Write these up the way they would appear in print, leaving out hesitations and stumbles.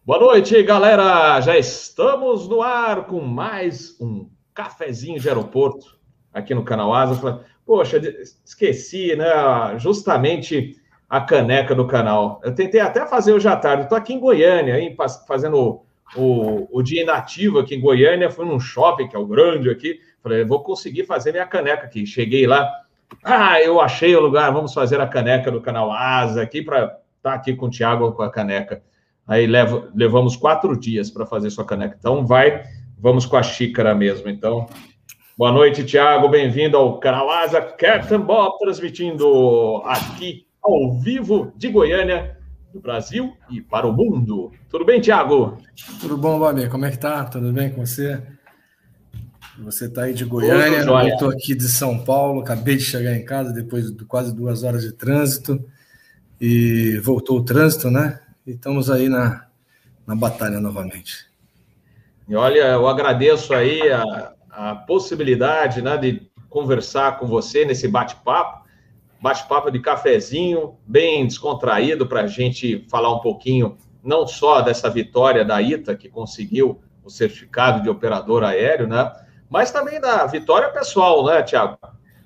Boa noite, galera! Já estamos no ar com mais um cafezinho de aeroporto aqui no Canal Asa. Poxa, esqueci, né? Justamente a caneca do canal. Eu tentei até fazer hoje à tarde. Estou aqui em Goiânia, hein, fazendo o dia inativo aqui em Goiânia. Fui num shopping, que é o grande aqui. Falei, vou conseguir fazer minha caneca aqui. Cheguei lá. Eu achei o lugar. Vamos fazer a caneca do Canal Asa aqui para estar aqui com o Thiago com a caneca. Aí levamos 4 dias para fazer sua caneca. Então, vamos com a xícara mesmo. Então, boa noite, Thiago. Bem-vindo ao Canal Asa Captain Bob, transmitindo aqui ao vivo de Goiânia, do Brasil e para o mundo. Tudo bem, Thiago? Tudo bom, Bob? Como é que tá? Tudo bem com você? Você tá aí de Goiânia, eu estou aqui de São Paulo, acabei de chegar em casa depois de quase 2 horas de trânsito e voltou o trânsito, né? E estamos aí na batalha novamente. E olha, eu agradeço aí a possibilidade, né, de conversar com você nesse bate-papo de cafezinho, bem descontraído, para a gente falar um pouquinho, não só dessa vitória da ITA, que conseguiu o certificado de operador aéreo, né, mas também da vitória pessoal, né, Thiago?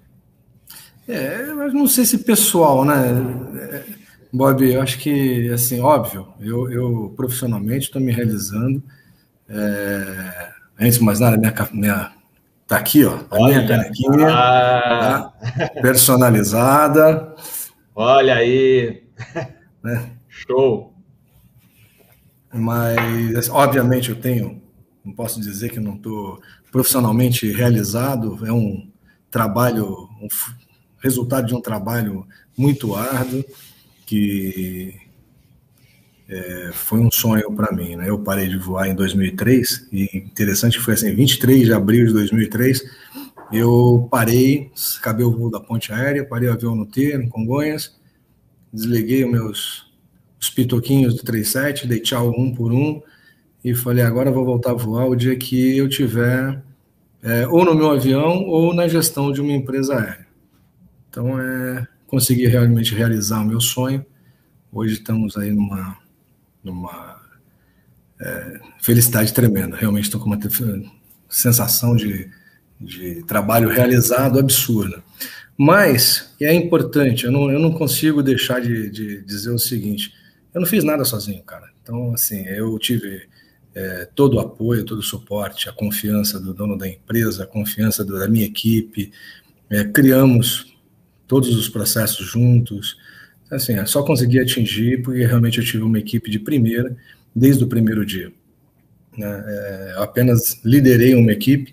Mas não sei se pessoal, né? Bob, eu acho que, assim, óbvio, eu profissionalmente estou me realizando. Antes de mais nada, tá aqui, ó, a minha canequinha, tá? Personalizada. Olha aí, né? Show! Mas, obviamente, não posso dizer que não estou profissionalmente realizado, é um trabalho, resultado de um trabalho muito árduo, que foi um sonho para mim, né? Eu parei de voar em 2003 e interessante foi assim, 23 de abril de 2003, eu parei, acabei o voo da ponte aérea, parei o avião no T, em Congonhas, desliguei os pitoquinhos do 37, dei tchau um por um e falei, agora eu vou voltar a voar o dia que eu tiver ou no meu avião ou na gestão de uma empresa aérea. Então, consegui realmente realizar o meu sonho. Hoje estamos aí numa felicidade tremenda. Realmente estou com uma sensação de trabalho realizado absurda. Mas é importante, eu não consigo deixar de dizer o seguinte, eu não fiz nada sozinho, cara. Então, assim, eu tive todo o apoio, todo o suporte, a confiança do dono da empresa, a confiança da minha equipe, criamos todos os processos juntos. Assim, só consegui atingir porque realmente eu tive uma equipe de primeira desde o primeiro dia. Eu apenas liderei uma equipe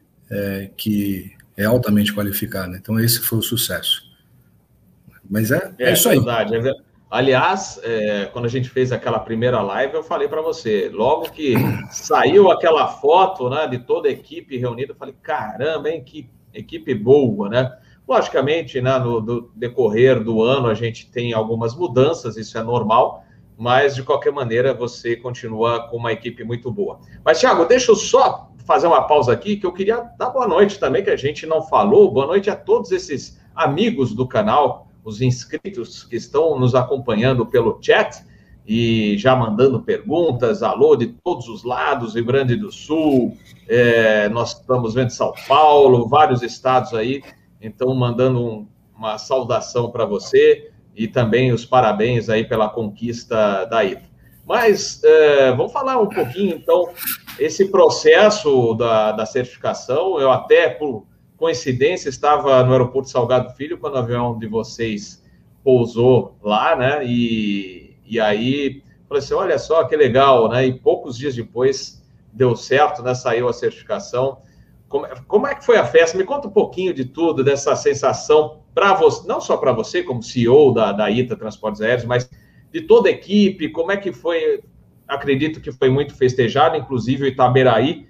que é altamente qualificada. Então, esse foi o sucesso. Mas é isso aí. Verdade, é verdade. Aliás, quando a gente fez aquela primeira live, eu falei para você, logo que saiu aquela foto, né, de toda a equipe reunida, eu falei, caramba, hein, que equipe boa, né? Logicamente, né, no decorrer do ano, a gente tem algumas mudanças, isso é normal, mas, de qualquer maneira, você continua com uma equipe muito boa. Mas, Thiago, deixa eu só fazer uma pausa aqui, que eu queria dar boa noite também, que a gente não falou. Boa noite a todos esses amigos do canal, os inscritos que estão nos acompanhando pelo chat e já mandando perguntas, alô de todos os lados, Rio Grande do Sul, nós estamos vendo São Paulo, vários estados aí, então mandando uma saudação para você e também os parabéns aí pela conquista da ITA. Mas vamos falar um pouquinho, então, esse processo da certificação. Eu até, por coincidência, estava no aeroporto Salgado Filho quando o avião de vocês pousou lá, né? E aí, falei assim, olha só que legal, né? E poucos dias depois deu certo, né? Saiu a certificação. Como é que foi a festa? Me conta um pouquinho de tudo, dessa sensação para você, não só para você, como CEO da ITA Transportes Aéreos, mas de toda a equipe. Como é que foi? Acredito que foi muito festejado, inclusive o Itaberaí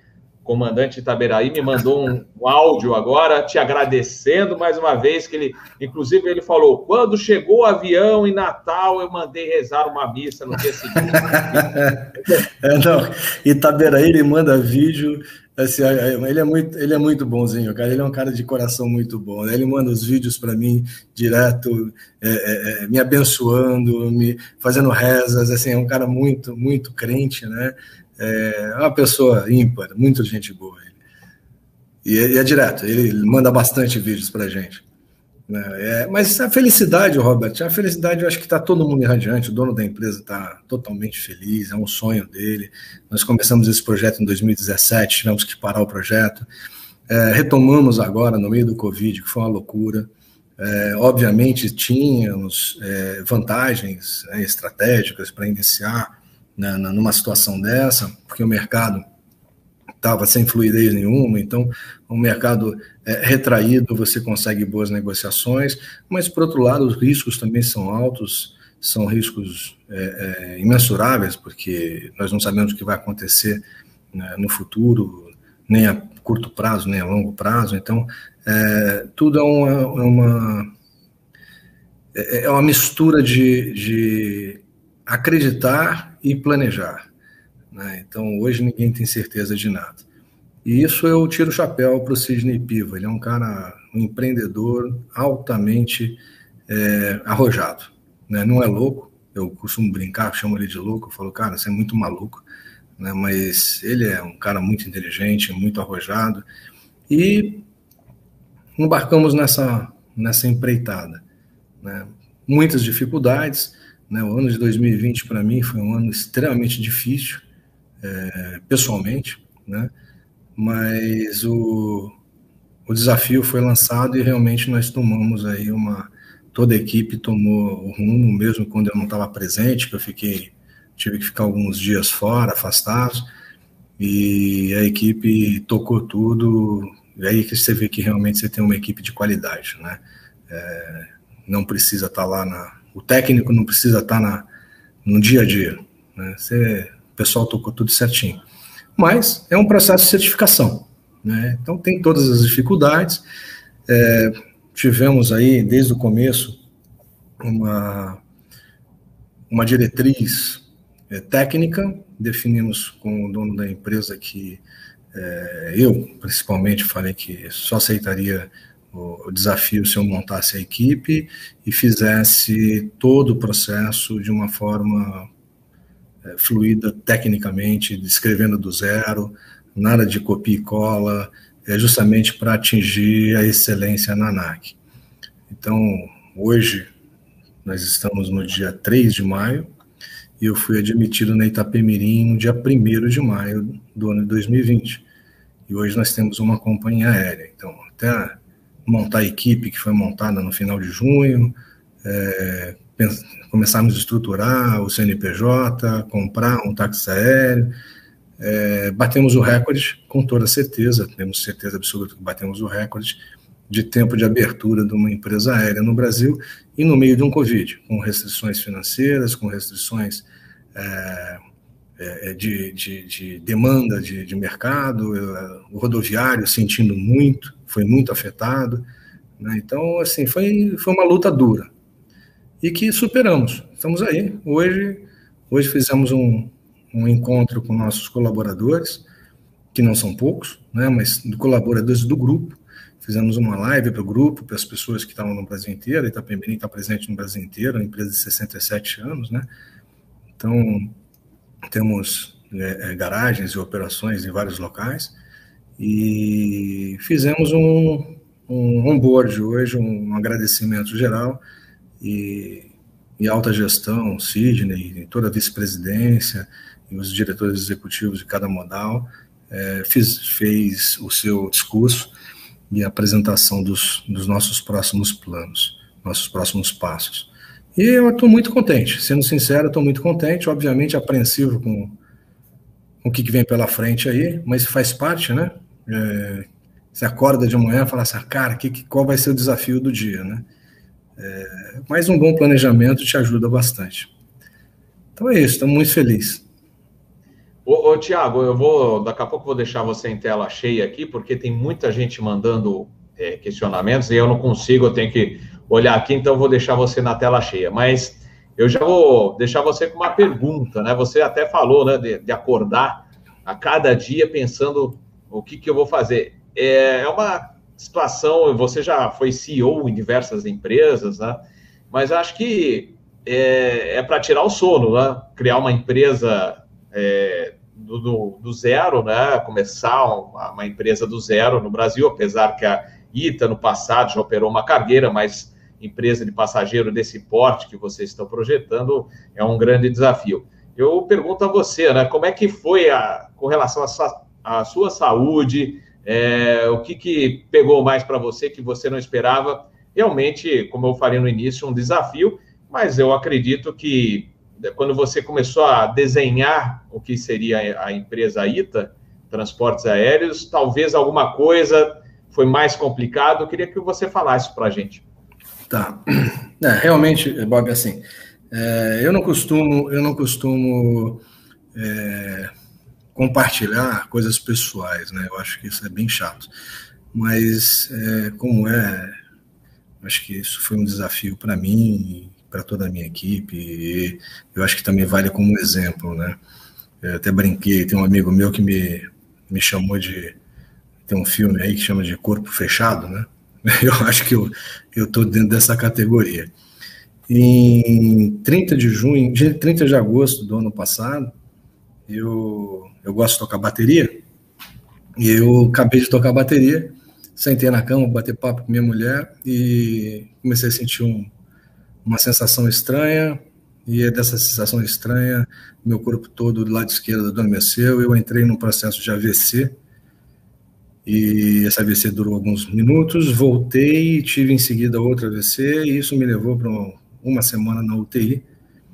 comandante Itaberaí, me mandou um áudio agora, te agradecendo mais uma vez, que ele, inclusive, ele falou, quando chegou o avião em Natal, eu mandei rezar uma missa no dia seguinte. Não, Itaberaí, ele manda vídeo, assim, ele é muito bonzinho, cara, ele é um cara de coração muito bom, né? Ele manda os vídeos para mim direto, me abençoando, me fazendo rezas, assim, é um cara muito, muito crente, né? É uma pessoa ímpar, muito gente boa. E é direto, ele manda bastante vídeos pra gente. Mas a felicidade, Robert, a felicidade eu acho que está todo mundo irradiante, o dono da empresa está totalmente feliz, é um sonho dele. Nós começamos esse projeto em 2017, tivemos que parar o projeto, retomamos agora no meio do Covid, que foi uma loucura. Obviamente tínhamos vantagens estratégicas para iniciar numa situação dessa, porque o mercado estava sem fluidez nenhuma, então um mercado retraído, você consegue boas negociações, mas por outro lado os riscos também são altos, são riscos imensuráveis, porque nós não sabemos o que vai acontecer, né, no futuro, nem a curto prazo, nem a longo prazo, então tudo é uma mistura de acreditar e planejar, né? Então hoje ninguém tem certeza de nada. E isso eu tiro o chapéu para o Sidney Piva. Ele é um cara, um empreendedor altamente arrojado, né? Não é louco, eu costumo brincar, chamo ele de louco, eu falo, cara, você é muito maluco, né? Mas ele é um cara muito inteligente, muito arrojado, e embarcamos nessa empreitada, né? Muitas dificuldades, né? O ano de 2020 para mim foi um ano extremamente difícil, pessoalmente, né? Mas o desafio foi lançado e realmente nós tomamos aí toda a equipe tomou o rumo, mesmo quando eu não estava presente, que tive que ficar alguns dias fora, afastado, e a equipe tocou tudo, e aí que você vê que realmente você tem uma equipe de qualidade, né? Não precisa estar lá o técnico não precisa estar no dia a dia, né? O pessoal tocou tudo certinho. Mas é um processo de certificação, né? Então tem todas as dificuldades. Tivemos aí, desde o começo, uma diretriz técnica, definimos com o dono da empresa que eu, principalmente, falei que só aceitaria o desafio se eu montasse a equipe e fizesse todo o processo de uma forma fluida tecnicamente, escrevendo do zero, nada de copia e cola, justamente para atingir a excelência na ANAC. Então, hoje, nós estamos no dia 3 de maio, e eu fui admitido na Itapemirim no dia 1º de maio do ano de 2020. E hoje nós temos uma companhia aérea. Então, até montar a equipe que foi montada no final de junho, começarmos a estruturar o CNPJ, comprar um táxi aéreo, batemos o recorde, com toda certeza, temos certeza absoluta que batemos o recorde de tempo de abertura de uma empresa aérea no Brasil e no meio de um Covid, com restrições financeiras, com restrições de demanda de mercado, o rodoviário sentindo muito, foi muito afetado, né? Então, assim, foi uma luta dura e que superamos. Estamos aí. Hoje fizemos um encontro com nossos colaboradores, que não são poucos, né, mas colaboradores do grupo. Fizemos uma live para o grupo, para as pessoas que estavam no Brasil inteiro. A Itapemirim está presente no Brasil inteiro, uma empresa de 67 anos, né? Então, temos garagens e operações em vários locais e fizemos um onboard hoje, um agradecimento geral e alta gestão, Sidney, toda a vice-presidência e os diretores executivos de cada modal fez o seu discurso e a apresentação dos nossos próximos planos, nossos próximos passos. E eu estou muito contente, sendo sincero, estou muito contente, obviamente apreensivo com o que vem pela frente aí, mas faz parte, né? Você acorda de manhã e fala assim, cara, qual vai ser o desafio do dia, né? Mas um bom planejamento te ajuda bastante. Então é isso, estamos muito felizes. Ô, Tiago, daqui a pouco vou deixar você em tela cheia aqui, porque tem muita gente mandando questionamentos e eu não consigo, eu tenho que olhar aqui, então eu vou deixar você na tela cheia. Mas eu já vou deixar você com uma pergunta, né? Você até falou, né, de acordar a cada dia pensando o que eu vou fazer. É uma situação, você já foi CEO em diversas empresas, né? Mas acho que é para tirar o sono, né? Criar uma empresa do zero, né? Começar uma empresa do zero no Brasil, apesar que a ITA no passado já operou uma cargueira, mas empresa de passageiro desse porte que vocês estão projetando é um grande desafio. Eu pergunto a você, né? Como é que foi com relação à sua saúde? O que pegou mais para você que você não esperava? Realmente, como eu falei no início, um desafio, mas eu acredito que quando você começou a desenhar o que seria a empresa ITA, Transportes Aéreos, talvez alguma coisa foi mais complicado. Eu queria que você falasse para a gente. Tá. Realmente, Bob, assim, eu não costumo compartilhar coisas pessoais, né? Eu acho que isso é bem chato. Mas, acho que isso foi um desafio para mim, para toda a minha equipe, e eu acho que também vale como exemplo, né? Eu até brinquei, tem um amigo meu que me chamou de... Tem um filme aí que chama de Corpo Fechado, né? Eu acho que eu estou dentro dessa categoria. Em 30 de agosto do ano passado, eu gosto de tocar bateria, e eu acabei de tocar bateria, sentei na cama, bater papo com minha mulher, e comecei a sentir uma sensação estranha, e dessa sensação estranha, meu corpo todo do lado esquerdo adormeceu, eu entrei num processo de AVC, e esse AVC durou alguns minutos, voltei e tive em seguida outro AVC, e isso me levou para uma semana na UTI,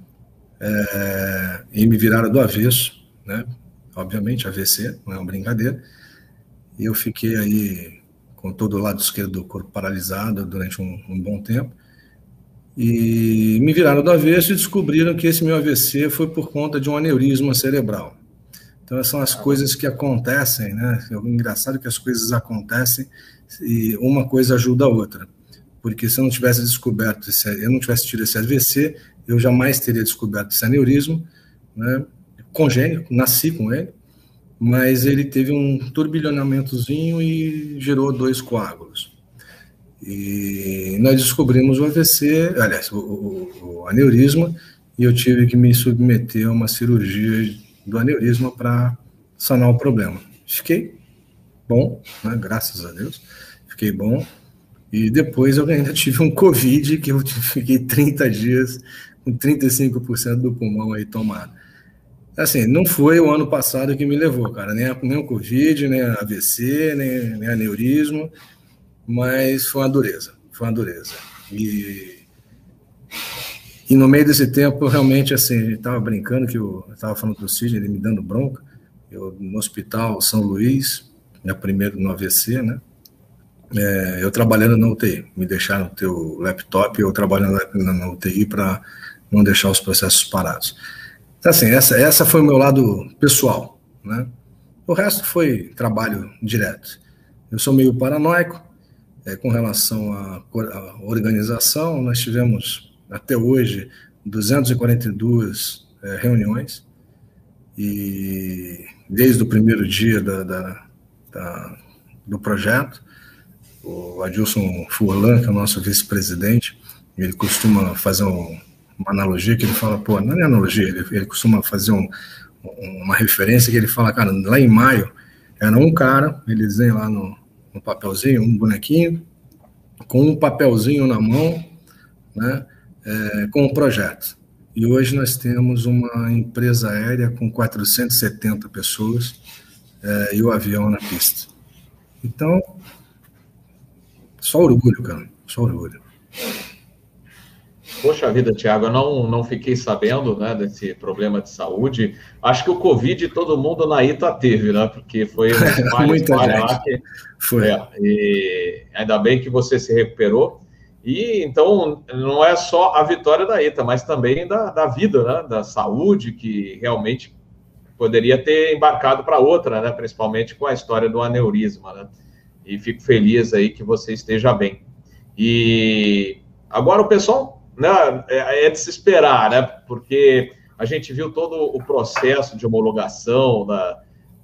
e me viraram do avesso, né? Obviamente AVC, não é uma brincadeira, e eu fiquei aí com todo o lado esquerdo do corpo paralisado durante um bom tempo, e me viraram do avesso e descobriram que esse meu AVC foi por conta de um aneurisma cerebral. Então, são as coisas que acontecem, né? É engraçado que as coisas acontecem e uma coisa ajuda a outra. Porque se eu não tivesse descoberto, eu não tivesse tido esse AVC, eu jamais teria descoberto esse aneurisma, né? Congênito, nasci com ele, mas ele teve um turbilhonamentozinho e gerou 2 coágulos. E nós descobrimos o AVC, aliás, o aneurisma, e eu tive que me submeter a uma cirurgia do aneurisma para sanar o problema. Fiquei bom, né, graças a Deus, fiquei bom, e depois eu ainda tive um Covid, que eu fiquei 30 dias com 35% do pulmão aí tomado. Assim, não foi o ano passado que me levou, cara, nem o Covid, nem a AVC, nem aneurisma, mas foi uma dureza. E no meio desse tempo, realmente, assim, estava brincando, que eu estava falando para o Sidney, ele me dando bronca, eu no Hospital São Luís, primeiro no AVC, né? Eu trabalhando na UTI, me deixaram ter o laptop, eu trabalhando na UTI para não deixar os processos parados. Então, assim, essa foi o meu lado pessoal, né? O resto foi trabalho direto. Eu sou meio paranoico com relação à organização. Nós tivemos, até hoje, 242 reuniões, e desde o primeiro dia do projeto, o Adilson Furlan, que é o nosso vice-presidente, ele costuma fazer uma analogia que ele fala, não é analogia, ele costuma fazer uma referência que ele fala, cara, lá em maio, era um cara, eles vêm lá no papelzinho, um bonequinho, com um papelzinho na mão, né, com um projeto. E hoje nós temos uma empresa aérea com 470 pessoas e o avião na pista. Então, só orgulho, cara, só orgulho. Poxa vida, Tiago, eu não fiquei sabendo, né, desse problema de saúde. Acho que o Covid todo mundo na ITA teve, né? Porque foi uma espalha lá que foi. E ainda bem que você se recuperou. E então não é só a vitória da ITA, mas também da vida, né? Da saúde, que realmente poderia ter embarcado para outra, né? Principalmente com a história do aneurisma, né? E fico feliz aí que você esteja bem. E agora o pessoal, né, é de se esperar, né? Porque a gente viu todo o processo de homologação da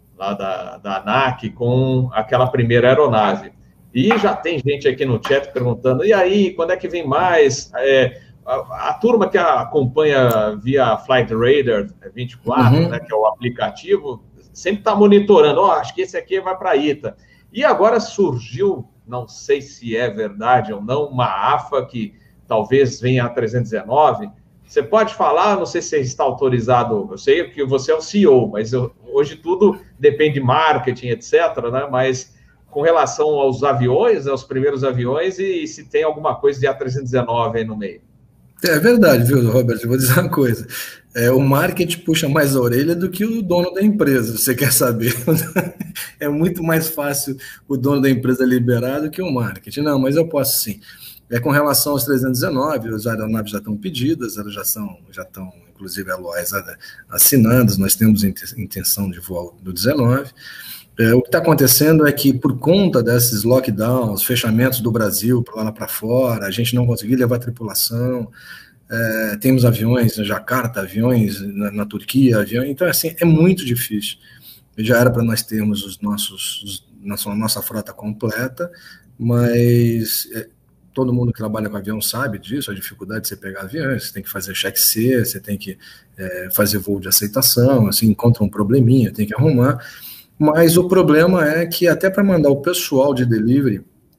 ANAC com aquela primeira aeronave. E já tem gente aqui no chat perguntando, e aí, quando é que vem mais? A turma que acompanha via Flight Radar 24, né, que é o aplicativo, sempre está monitorando, acho que esse aqui vai para a ITA. E agora surgiu, não sei se é verdade ou não, uma AFA que talvez venha a 319. Você pode falar, não sei se você está autorizado, eu sei que você é o CEO, mas hoje tudo depende de marketing, etc., né? Mas com relação aos aviões, aos primeiros aviões, e se tem alguma coisa de A319 aí no meio. É verdade, viu, Robert? Eu vou dizer uma coisa. O marketing puxa mais a orelha do que o dono da empresa, você quer saber? É muito mais fácil o dono da empresa liberar do que o marketing. Não, mas eu posso sim. Com relação aos 319, as aeronaves já estão pedidas, elas já estão, inclusive, a LOAS assinadas, nós temos intenção de voo do 19. O que está acontecendo é que, por conta desses lockdowns, fechamentos do Brasil para lá para fora, a gente não conseguiu levar tripulação, temos aviões na Jacarta, aviões na Turquia, então, assim, é muito difícil. Já era para nós termos nossa frota completa, mas todo mundo que trabalha com avião sabe disso, a dificuldade de você pegar aviões, você tem que fazer cheque C, você tem que fazer voo de aceitação, assim, encontra um probleminha, tem que arrumar. Mas o problema é que até para mandar o pessoal de delivery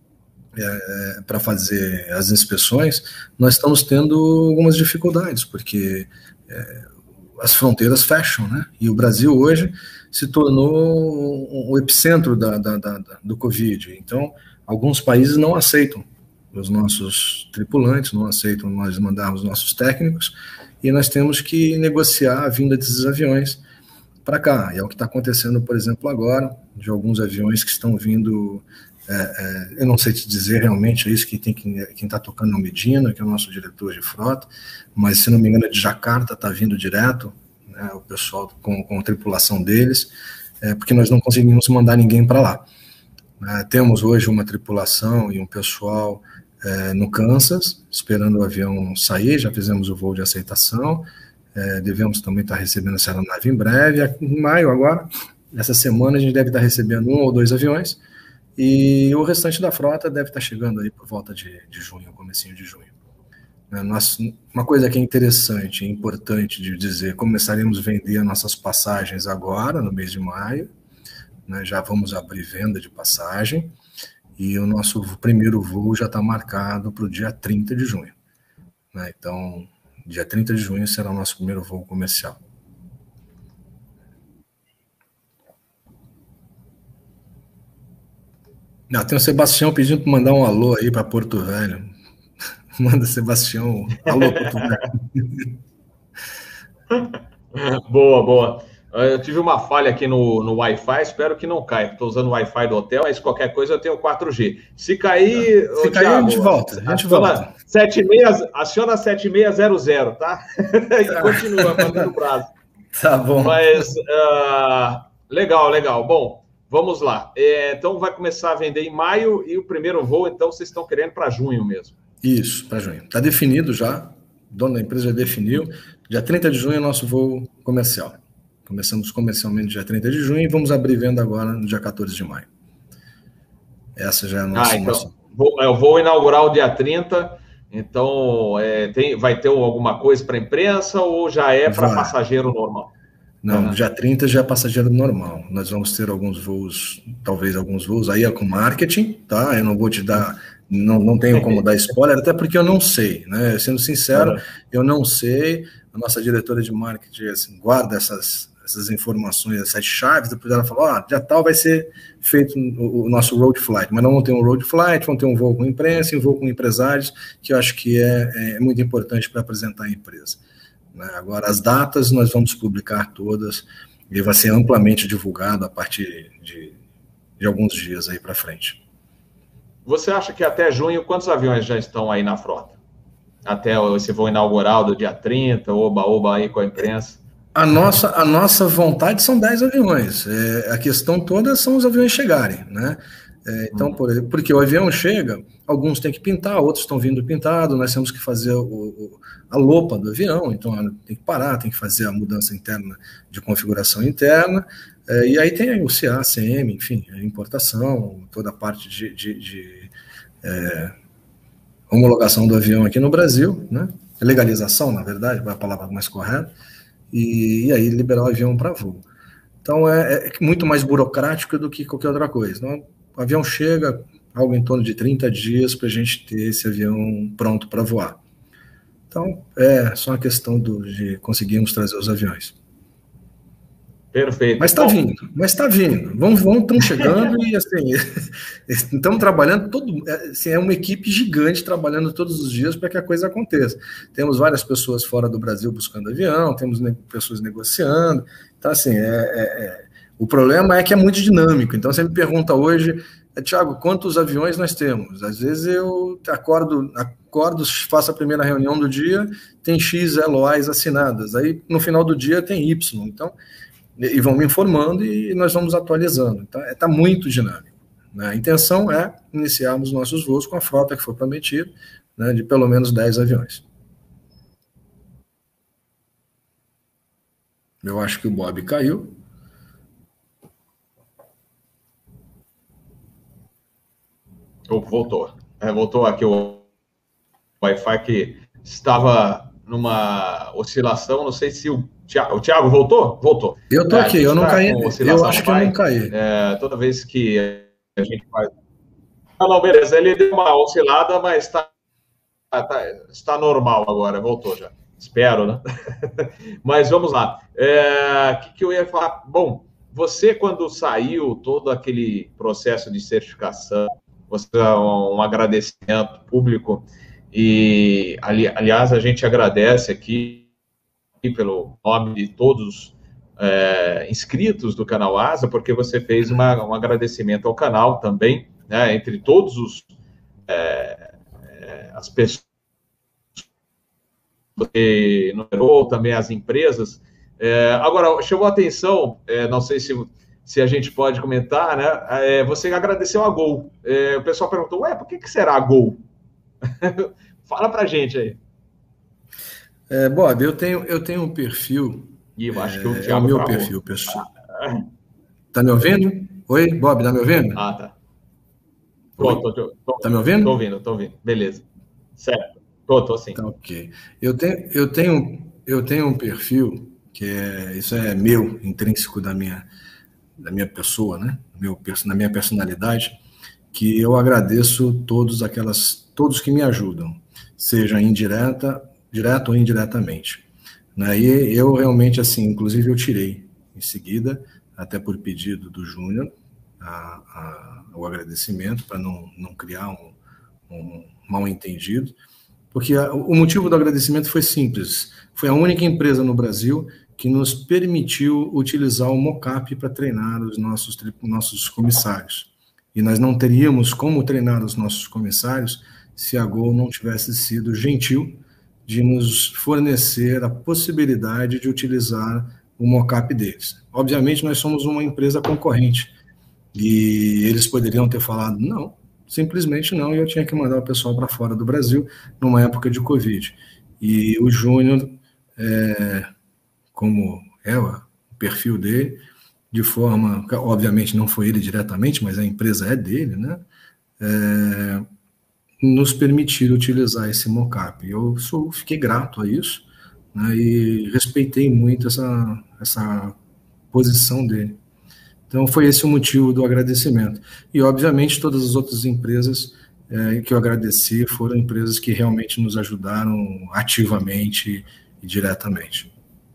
para fazer as inspeções, nós estamos tendo algumas dificuldades, porque as fronteiras fecham, né? E o Brasil hoje se tornou o epicentro do Covid. Então, alguns países não aceitam os nossos tripulantes, não aceitam nós mandarmos nossos técnicos, e nós temos que negociar a vinda desses aviões para cá. E é o que está acontecendo, por exemplo, agora, de alguns aviões que estão vindo, eu não sei te dizer realmente, é isso que quem está tocando é o Medina, que é o nosso diretor de frota, mas se não me engano é de Jacarta, está vindo direto, né, o pessoal com a tripulação deles, porque nós não conseguimos mandar ninguém para lá. Temos hoje uma tripulação e um pessoal no Kansas, esperando o avião sair, já fizemos o voo de aceitação, devemos também estar recebendo essa aeronave em breve. Em maio agora, essa semana, a gente deve estar recebendo 1 ou 2 aviões, e o restante da frota deve estar chegando aí por volta de junho, comecinho de junho. Uma coisa que é interessante e importante de dizer, começaremos a vender nossas passagens agora, no mês de maio, né, já vamos abrir venda de passagem, e o nosso primeiro voo já está marcado para o dia 30 de junho. Né, então, dia 30 de junho será o nosso primeiro voo comercial. Tem o Sebastião pedindo para mandar um alô aí para Porto Velho. Manda, Sebastião, alô, Porto Velho. Boa, boa. Eu tive uma falha aqui no Wi-Fi, espero que não caia. Estou usando o Wi-Fi do hotel, mas qualquer coisa eu tenho 4G. Se cair, Se cair, Thiago, a gente volta. Aciona 7600, tá? E continua mandando o prazo. Tá bom. Mas, legal. Bom, vamos lá. Então, vai começar a vender em maio e o primeiro voo, então, vocês estão querendo para junho mesmo. Isso, para junho. Está definido já, o dono da empresa já definiu. Dia 30 de junho é nosso voo comercial. Começamos comercialmente dia 30 de junho e vamos abrir venda agora no dia 14 de maio. Essa já é a nossa... Então, eu vou inaugurar o dia 30, então vai ter alguma coisa para imprensa ou já é para passageiro normal? Não, dia 30 já é passageiro normal. Nós vamos ter alguns voos, talvez alguns voos aí com marketing, tá? Eu não vou te dar... Não tenho como dar spoiler, até porque eu não sei, né? Sendo sincero, eu não sei. A nossa diretora de marketing assim, guarda essas informações, essas chaves, depois ela fala, dia tal vai ser feito o nosso road flight, mas não vão ter um road flight, vão ter um voo com imprensa e um voo com empresários, que eu acho que é muito importante para apresentar a empresa. Né? Agora, as datas nós vamos publicar todas e vai ser amplamente divulgado a partir de alguns dias aí para frente. Você acha que até junho, quantos aviões já estão aí na frota? Até esse voo inaugural do dia 30, oba aí com a imprensa? A nossa vontade são 10 aviões. A questão toda são os aviões chegarem, né? Então, porque o avião chega, alguns têm que pintar, outros estão vindo pintado, nós temos que fazer a lopa do avião, então tem que parar, tem que fazer a mudança interna de configuração interna, e aí tem o CA, CM, enfim, a importação, toda a parte de homologação do avião aqui no Brasil, né? Legalização, na verdade, é a palavra mais correta, e aí liberar o avião para voo. Então é muito mais burocrático do que qualquer outra coisa. Então, o avião chega, algo em torno de 30 dias para a gente ter esse avião pronto para voar. Então, é só uma questão de conseguirmos trazer os aviões. Perfeito. Mas está vindo. Estão chegando e assim, estamos trabalhando assim, é uma equipe gigante trabalhando todos os dias para que a coisa aconteça. Temos várias pessoas fora do Brasil buscando avião, temos pessoas negociando. Então, assim, o problema é que é muito dinâmico. Então, você me pergunta hoje, Thiago, quantos aviões nós temos? Às vezes eu acordo, faço a primeira reunião do dia, tem X LOAs assinadas. Aí, no final do dia, tem Y. Então, e vão me informando e nós vamos atualizando. Então, está muito dinâmico, né? A intenção é iniciarmos nossos voos com a frota que foi prometida, né, de pelo menos 10 aviões. Eu acho que o Bob caiu. Voltou. Voltou aqui o Wi-Fi que estava numa oscilação, não sei se o Thiago voltou? Voltou. Eu estou aqui, eu não caí. Eu acho que eu não caí. Toda vez que a gente faz... Não, beleza, ele deu uma oscilada, mas está normal agora, voltou já. Espero, né? Mas vamos lá. Que eu ia falar? Bom, você quando saiu todo aquele processo de certificação, você um agradecimento público, e aliás, a gente agradece aqui pelo nome de todos inscritos do canal Asa, porque você fez um agradecimento ao canal também, né, entre todos as pessoas que numerou, também as empresas. Agora, chamou a atenção, não sei se a gente pode comentar, né, você agradeceu a Gol. O pessoal perguntou, por que será a Gol? Fala pra gente aí. Bob, eu tenho um perfil. E eu acho que o Thiago meu perfil pessoal. Tá me ouvindo? Oi, Bob, tá me ouvindo? Tá. Tá me ouvindo? Tô ouvindo. Beleza. Certo. Tô sim. Tá, ok. Eu tenho um perfil que isso é meu, intrínseco da minha pessoa, né? Na minha personalidade, que eu agradeço todos que me ajudam, seja direto ou indiretamente. E eu realmente, assim, inclusive eu tirei em seguida, até por pedido do Júnior, o agradecimento, para não criar um mal-entendido, porque o motivo do agradecimento foi simples. Foi a única empresa no Brasil que nos permitiu utilizar o mocap para treinar os nossos comissários. E nós não teríamos como treinar os nossos comissários se a Gol não tivesse sido gentil de nos fornecer a possibilidade de utilizar o mocap deles. Obviamente, nós somos uma empresa concorrente e eles poderiam ter falado não, simplesmente não, e eu tinha que mandar o pessoal para fora do Brasil numa época de Covid. E o Júnior, como é o perfil dele, de forma, obviamente não foi ele diretamente, mas a empresa é dele, né? Nos permitir utilizar esse mocap. Eu fiquei grato a isso, né, e respeitei muito essa posição dele. Então, foi esse o motivo do agradecimento. E, obviamente, todas as outras empresas que eu agradeci foram empresas que realmente nos ajudaram ativamente e diretamente.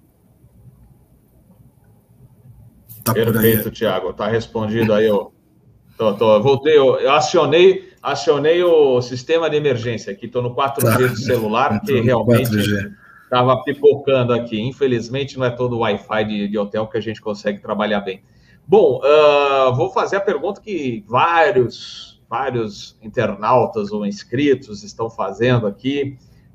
Tá perfeito, Thiago. Tá respondido aí. Voltei, eu acionei o sistema de emergência aqui. Estou no 4G do celular, porque realmente estava pipocando aqui. Infelizmente, não é todo o Wi-Fi de hotel que a gente consegue trabalhar bem. Bom, vou fazer a pergunta que vários internautas ou inscritos estão fazendo aqui.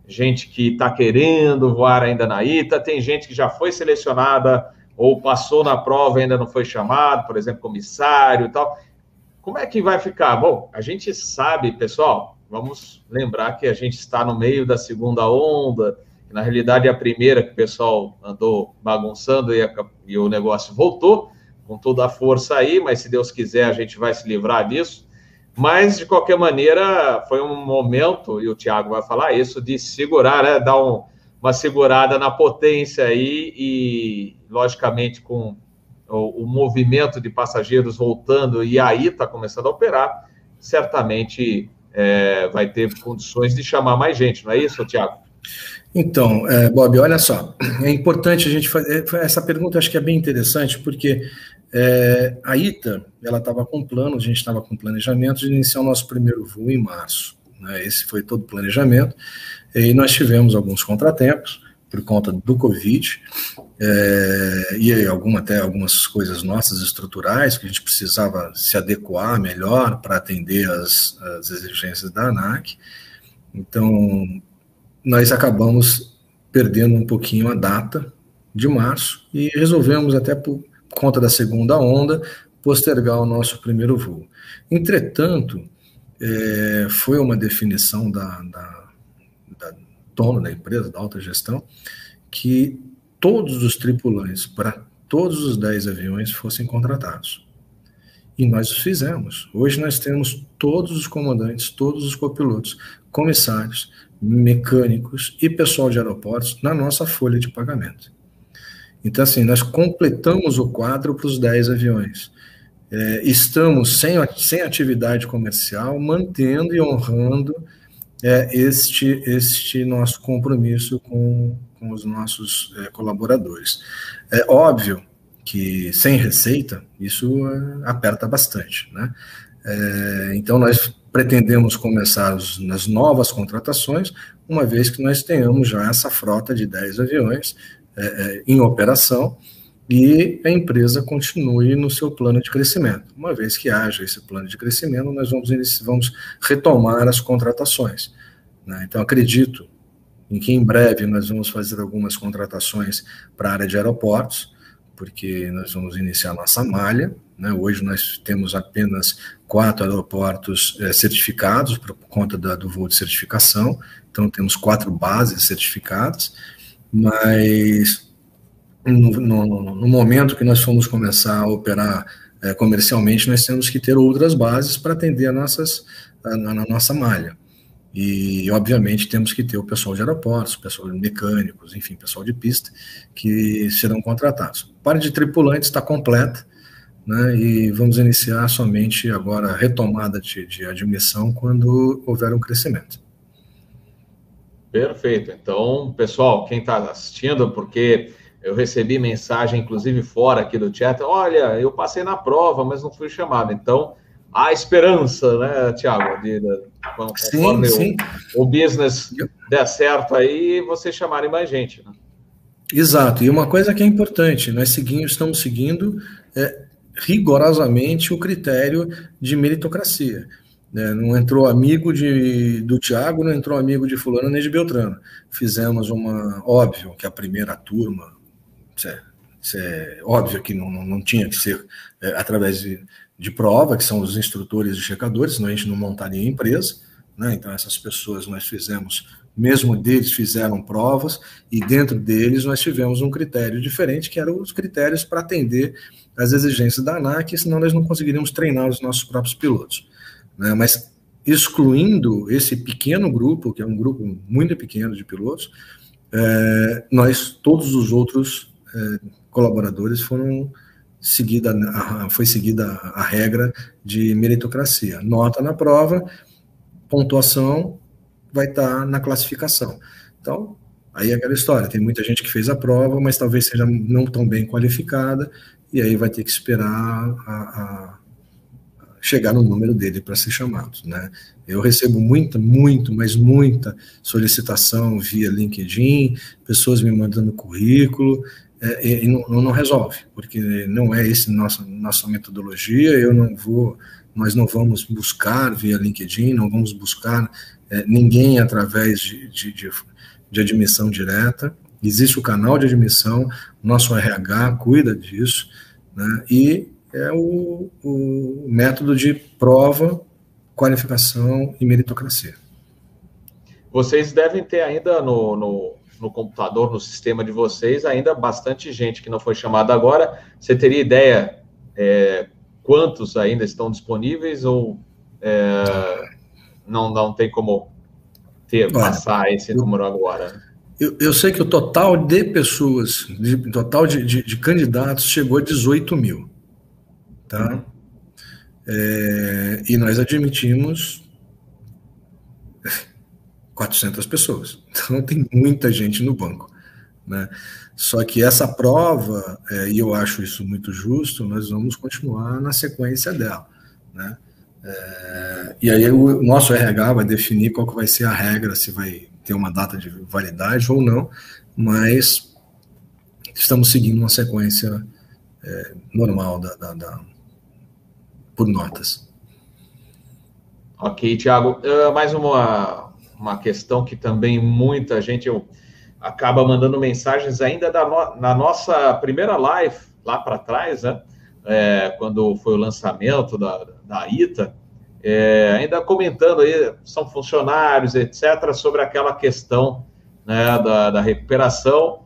gente que está querendo voar ainda na ITA, tem gente que já foi selecionada ou passou na prova e ainda não foi chamado, por exemplo, comissário e tal. Como é que vai ficar? Bom, a gente sabe, pessoal, vamos lembrar que a gente está no meio da segunda onda, que na realidade é a primeira que o pessoal andou bagunçando e o negócio voltou com toda a força aí, mas se Deus quiser a gente vai se livrar disso. Mas, de qualquer maneira, foi um momento, e o Thiago vai falar isso, de segurar, né? Dar uma segurada na potência aí e, logicamente, com o movimento de passageiros voltando e aí está começando a operar, certamente vai ter condições de chamar mais gente, não é isso, Thiago? Então, Bob, olha só, é importante a gente fazer, essa pergunta acho que é bem interessante, porque a ITA, ela estava com plano, a gente estava com planejamento de iniciar o nosso primeiro voo em março, né? Esse foi todo o planejamento, e nós tivemos alguns contratempos por conta do Covid, e até algumas coisas nossas estruturais que a gente precisava se adequar melhor para atender as exigências da ANAC. Então, nós acabamos perdendo um pouquinho a data de março e resolvemos, até por conta da segunda onda, postergar o nosso primeiro voo. Entretanto, foi uma definição da dona da empresa, da alta gestão, que todos os tripulantes para todos os 10 aviões fossem contratados. E nós o fizemos. Hoje nós temos todos os comandantes, todos os copilotos, comissários, mecânicos e pessoal de aeroportos na nossa folha de pagamento. Então, assim, nós completamos o quadro para os 10 aviões. Estamos sem atividade comercial, mantendo e honrando este nosso compromisso com os nossos colaboradores. É óbvio que sem receita, isso aperta bastante, né? Então, nós pretendemos começar nas novas contratações, uma vez que nós tenhamos já essa frota de 10 aviões em operação e a empresa continue no seu plano de crescimento. Uma vez que haja esse plano de crescimento, nós vamos retomar as contratações, né? Então, acredito em que em breve nós vamos fazer algumas contratações para a área de aeroportos, porque nós vamos iniciar nossa malha, né? Hoje nós temos apenas 4 aeroportos certificados por conta do voo de certificação, então temos 4 bases certificadas, mas no momento que nós formos começar a operar comercialmente, nós temos que ter outras bases para atender a nossa malha. E, obviamente, temos que ter o pessoal de aeroportos, pessoal de mecânicos, enfim, pessoal de pista, que serão contratados. A parte de tripulantes está completa, né, e vamos iniciar somente agora a retomada de admissão quando houver um crescimento. Perfeito. Então, pessoal, quem está assistindo, porque eu recebi mensagem, inclusive fora aqui do chat, olha, eu passei na prova, mas não fui chamado. Então, há esperança, né, Thiago? Conforme sim. O business der certo aí, vocês chamarem mais gente, né? Exato. E uma coisa que é importante, nós estamos seguindo rigorosamente o critério de meritocracia. Não entrou amigo do Thiago, não entrou amigo de fulano nem de Beltrano. Fizemos óbvio que a primeira turma, óbvio que não tinha que ser através de prova, que são os instrutores e checadores, senão a gente não montaria a empresa, né? Então essas pessoas nós fizemos, mesmo deles fizeram provas, e dentro deles nós tivemos um critério diferente, que eram os critérios para atender as exigências da ANAC, senão nós não conseguiríamos treinar os nossos próprios pilotos, né? Mas excluindo esse pequeno grupo, que é um grupo muito pequeno de pilotos, todos os outros colaboradores foi seguida a regra de meritocracia. Nota na prova, pontuação vai estar na classificação. Então, aí é aquela história, tem muita gente que fez a prova, mas talvez seja não tão bem qualificada, e aí vai ter que esperar a chegar no número dele para ser chamado, né? Eu recebo muita solicitação via LinkedIn, pessoas me mandando currículo, e não resolve, porque não é essa nossa metodologia. Nós não vamos buscar via LinkedIn, não vamos buscar ninguém através de admissão direta. Existe o canal de admissão, nosso RH cuida disso, né? E é o método de prova, qualificação e meritocracia. Vocês devem ter ainda no computador, no sistema de vocês, ainda bastante gente que não foi chamada agora. Você teria ideia quantos ainda estão disponíveis ou não tem como passar esse número agora? Eu sei que o total de pessoas, total de candidatos chegou a 18 mil. Tá? E nós admitimos 400 pessoas. Então tem muita gente no banco, né? Só que essa prova, e eu acho isso muito justo, nós vamos continuar na sequência dela, né? E aí o nosso RH vai definir qual que vai ser a regra, se vai ter uma data de validade ou não, mas estamos seguindo uma sequência normal por notas. Ok, Thiago. Mais uma questão que também muita gente acaba mandando mensagens ainda na nossa primeira live, lá para trás, né? Quando foi o lançamento da ITA, ainda comentando aí, são funcionários, etc., sobre aquela questão, né, da recuperação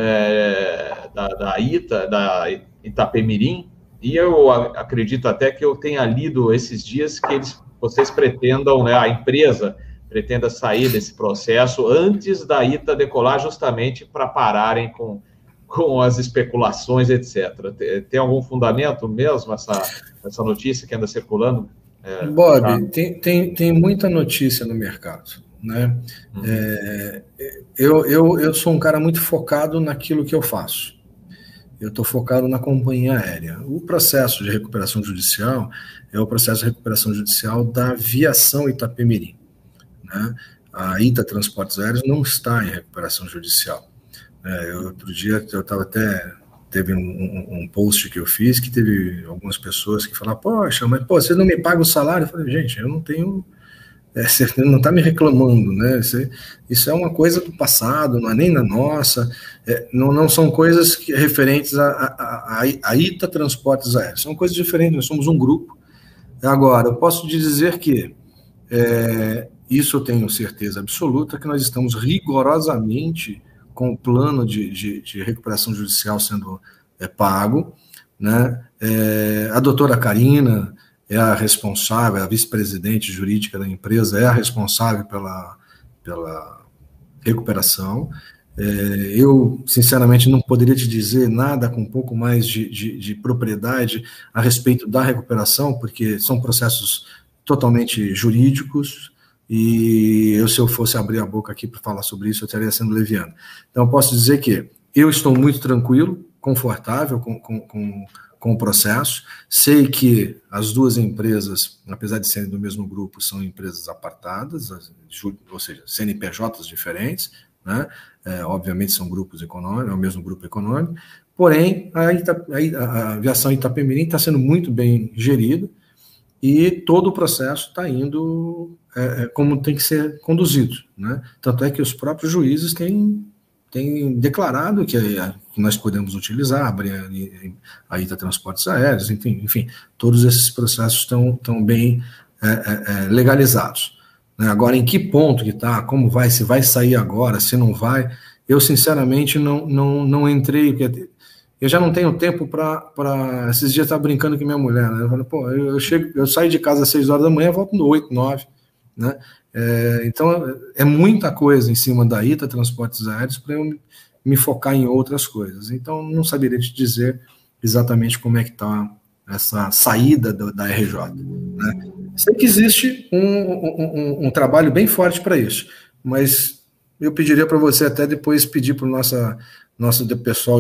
da ITA, da Itapemirim, e eu acredito até que eu tenha lido esses dias que vocês pretendam, né, a empresa pretenda sair desse processo antes da ITA decolar, justamente para pararem com as especulações, etc. Tem algum fundamento mesmo essa notícia que anda circulando? Bob, tem muita notícia no mercado, né? Eu sou um cara muito focado naquilo que eu faço. Eu estou focado na companhia aérea. O processo de recuperação judicial é o processo de recuperação judicial da aviação Itapemirim, né? A ITA Transportes Aéreos não está em recuperação judicial. Outro dia eu estava teve um post que eu fiz que teve algumas pessoas que falaram: poxa, mas você não me paga o salário? Eu falei: gente, eu não tenho. Você não está me reclamando, né? Isso é uma coisa do passado, não é nem na nossa, não são coisas referentes a ITA Transportes Aéreos, são coisas diferentes, nós somos um grupo. Agora, eu posso te dizer que isso eu tenho certeza absoluta, que nós estamos rigorosamente com o plano de recuperação judicial sendo pago, né? A doutora Karina é a responsável, a vice-presidente jurídica da empresa, é a responsável pela recuperação. Eu, sinceramente, não poderia te dizer nada com um pouco mais de propriedade a respeito da recuperação, porque são processos totalmente jurídicos, e se eu fosse abrir a boca aqui para falar sobre isso, eu estaria sendo leviano. Então, eu posso dizer que eu estou muito tranquilo, confortável com o processo. Sei que as duas empresas, apesar de serem do mesmo grupo, são empresas apartadas, ou seja, CNPJs diferentes, né? Obviamente são grupos econômicos, é o mesmo grupo econômico, porém a aviação Itapemirim está sendo muito bem gerida e todo o processo está indo como tem que ser conduzido, né? Tanto é que os próprios juízes têm declarado que nós podemos utilizar a ITA Transportes Aéreos, enfim, todos esses processos estão bem legalizados. Agora, em que ponto que está, como vai, se vai sair agora, se não vai, eu sinceramente não entrei, porque eu já não tenho tempo para esses dias estar brincando com minha mulher, né? Eu falo, eu saio de casa às 6 horas da manhã, volto no 8, 9, né? Então, é muita coisa em cima da ITA Transportes Aéreos para eu me focar em outras coisas. Então, não saberia te dizer exatamente como é que está essa saída da RJ, né? Sei que existe um trabalho bem forte para isso, mas eu pediria para você até depois pedir para o nosso pessoal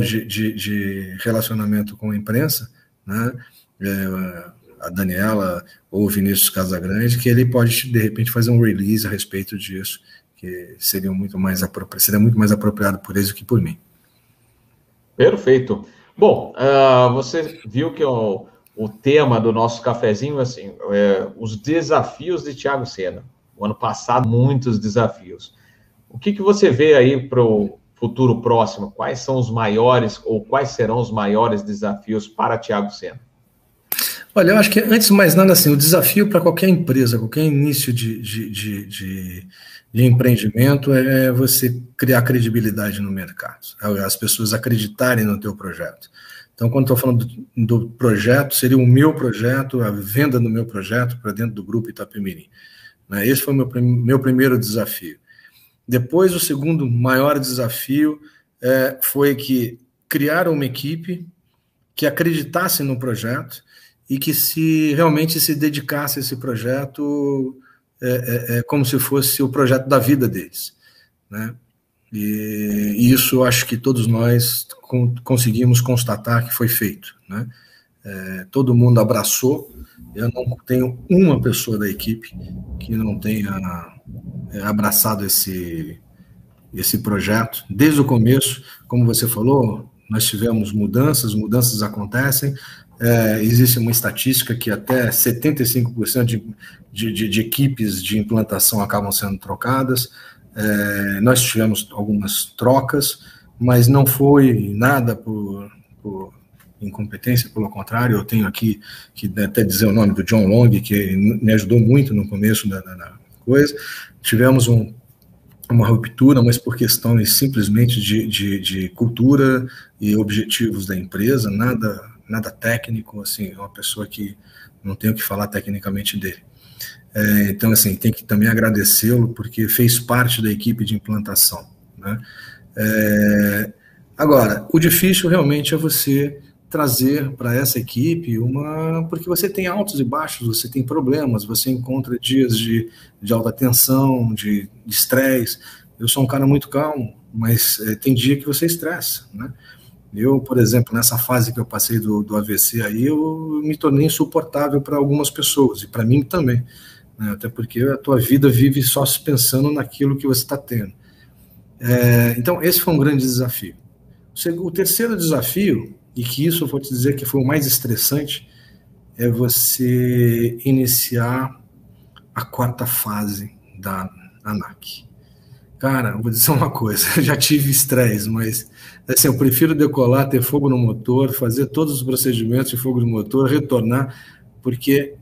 de relacionamento com a imprensa, né? A Daniela ou o Vinícius Casagrande, que ele pode, de repente, fazer um release a respeito disso, que seria muito mais apropriado por eles do que por mim. Perfeito. Bom, você viu que o tema do nosso cafezinho, assim, os desafios de Thiago Sena. O ano passado, muitos desafios. O que você vê aí para o futuro próximo? Quais são os maiores ou quais serão os maiores desafios para Thiago Sena? Olha, eu acho que antes de mais nada, assim, o desafio para qualquer empresa, qualquer início de empreendimento é você criar credibilidade no mercado, as pessoas acreditarem no teu projeto. Então, quando estou falando do projeto, seria o meu projeto, a venda do meu projeto para dentro do Grupo Itapemirim. Esse foi o meu primeiro desafio. Depois, o segundo maior desafio foi que criar uma equipe que acreditasse no projeto e que realmente se dedicasse a esse projeto como se fosse o projeto da vida deles, né? E isso eu acho que todos nós conseguimos constatar que foi feito, né? Todo mundo abraçou. Eu não tenho uma pessoa da equipe que não tenha abraçado esse projeto desde o começo. Como você falou, nós tivemos mudanças acontecem. Existe uma estatística que até 75% de equipes de implantação acabam sendo trocadas. Nós tivemos algumas trocas, mas não foi nada por incompetência, pelo contrário. Eu tenho aqui que até dizer o nome do John Long, que me ajudou muito no começo da coisa. Tivemos uma ruptura, mas por questões simplesmente de cultura e objetivos da empresa, nada técnico, assim, uma pessoa que não tem o que falar tecnicamente dele. Então, assim, tem que também agradecê-lo, porque fez parte da equipe de implantação, né? Agora, o difícil realmente é você trazer para essa equipe porque você tem altos e baixos, você tem problemas, você encontra dias de alta tensão, de estresse. Eu sou um cara muito calmo, mas tem dia que você estressa, né? Eu, por exemplo, nessa fase que eu passei do AVC aí, eu me tornei insuportável para algumas pessoas, e para mim também, né? Até porque a tua vida vive só pensando naquilo que você está tendo. Então, esse foi um grande desafio. O terceiro desafio, e que isso eu vou te dizer que foi o mais estressante, é você iniciar a quarta fase da ANAC. Cara, vou dizer uma coisa, eu já tive estresse, mas assim, eu prefiro decolar, ter fogo no motor, fazer todos os procedimentos de fogo no motor, retornar, porque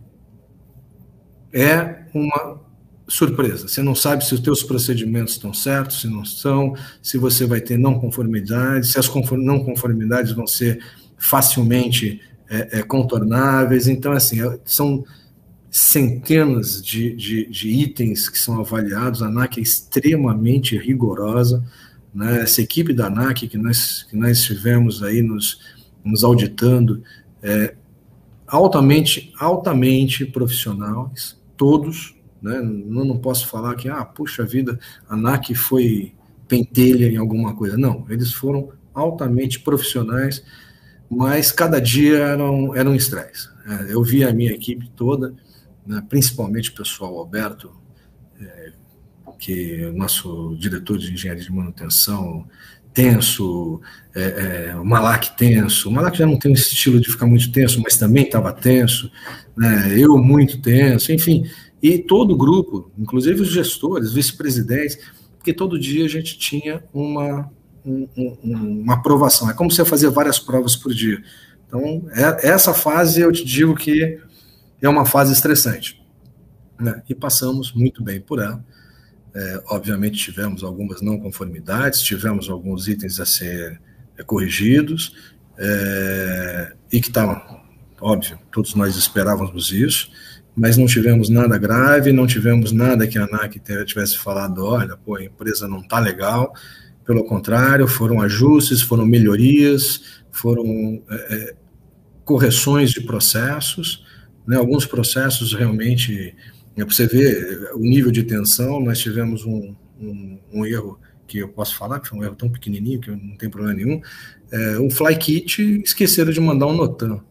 é uma surpresa. Você não sabe se os teus procedimentos estão certos, se não estão, se você vai ter não conformidades, se as não conformidades vão ser facilmente contornáveis. Então, assim, são centenas de itens que são avaliados. A ANAC é extremamente rigorosa, né? Essa equipe da ANAC que nós tivemos aí nos auditando, altamente profissionais, todos, né? Eu não posso falar que, puxa vida, a ANAC foi pentelha em alguma coisa. Não, eles foram altamente profissionais, mas cada dia era um estresse. Eu vi a minha equipe toda, né, principalmente o pessoal Alberto, que é o nosso diretor de engenharia de manutenção, tenso, o Malak tenso. O Malak já não tem esse estilo de ficar muito tenso, mas também estava tenso, né, eu muito tenso, enfim. E todo o grupo, inclusive os gestores, vice-presidentes, porque todo dia a gente tinha uma aprovação. É como você fazer várias provas por dia. Então, essa fase eu te digo que é uma fase estressante, né? E passamos muito bem por ela. Obviamente tivemos algumas não conformidades, tivemos alguns itens a ser corrigidos, e que estavam, óbvio, todos nós esperávamos isso, mas não tivemos nada grave, não tivemos nada que a ANAC tivesse falado, olha, a empresa não está legal. Pelo contrário, foram ajustes, foram melhorias, foram correções de processos, né? Alguns processos realmente, para você ver o nível de tensão. Nós tivemos um erro que eu posso falar, que foi um erro tão pequenininho que não tem problema nenhum. O fly kit esqueceram de mandar um NOTAM.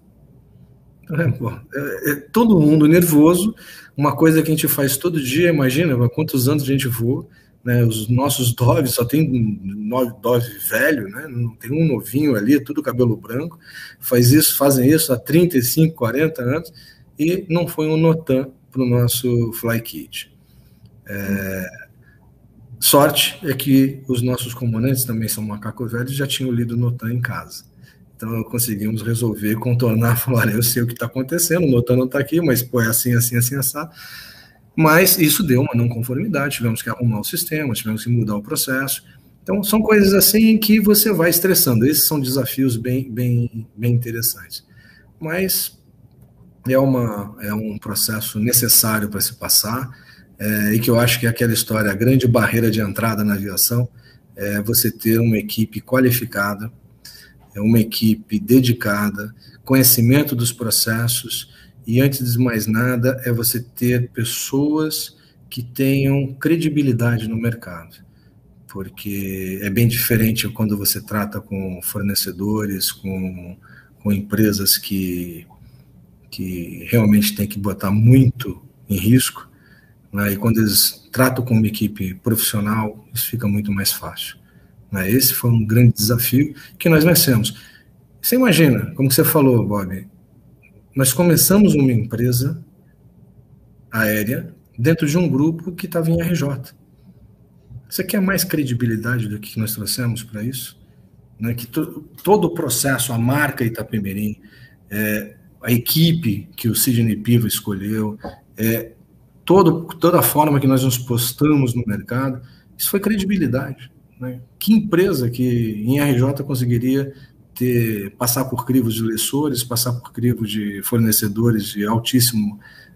Todo mundo nervoso, uma coisa que a gente faz todo dia. Imagina quantos anos a gente voa, né? Os nossos Dove só tem Dove velho, né? Não tem um novinho ali, tudo cabelo branco, fazem isso há 35, 40 anos, e não foi um NOTAM para o nosso fly kit. Sorte é que os nossos componentes também são macaco velhos e já tinham lido Notan em casa. Então, conseguimos resolver, contornar, falar, olha, eu sei o que está acontecendo, o Notan não está aqui, mas pô, é assim, assim, assim, assado. Mas isso deu uma não conformidade, tivemos que arrumar o sistema, tivemos que mudar o processo. Então, são coisas assim que você vai estressando. Esses são desafios bem interessantes. Mas é um processo necessário para se passar, e que eu acho que é aquela história, a grande barreira de entrada na aviação é você ter uma equipe qualificada, uma equipe dedicada, conhecimento dos processos, e antes de mais nada é você ter pessoas que tenham credibilidade no mercado, porque é bem diferente quando você trata com fornecedores, com empresas que realmente tem que botar muito em risco, né? E quando eles tratam com uma equipe profissional, isso fica muito mais fácil, né? Esse foi um grande desafio que nós vencemos. Você imagina, como você falou, Bob, nós começamos uma empresa aérea dentro de um grupo que estava em RJ. Você quer mais credibilidade do que nós trouxemos para isso? Né? Que todo o processo, a marca Itapemirim, a equipe que o Sidney Piva escolheu, toda a forma que nós nos postamos no mercado, isso foi credibilidade, né? Que empresa que em RJ conseguiria passar por crivos de lessores, passar por crivos de fornecedores de altíssimo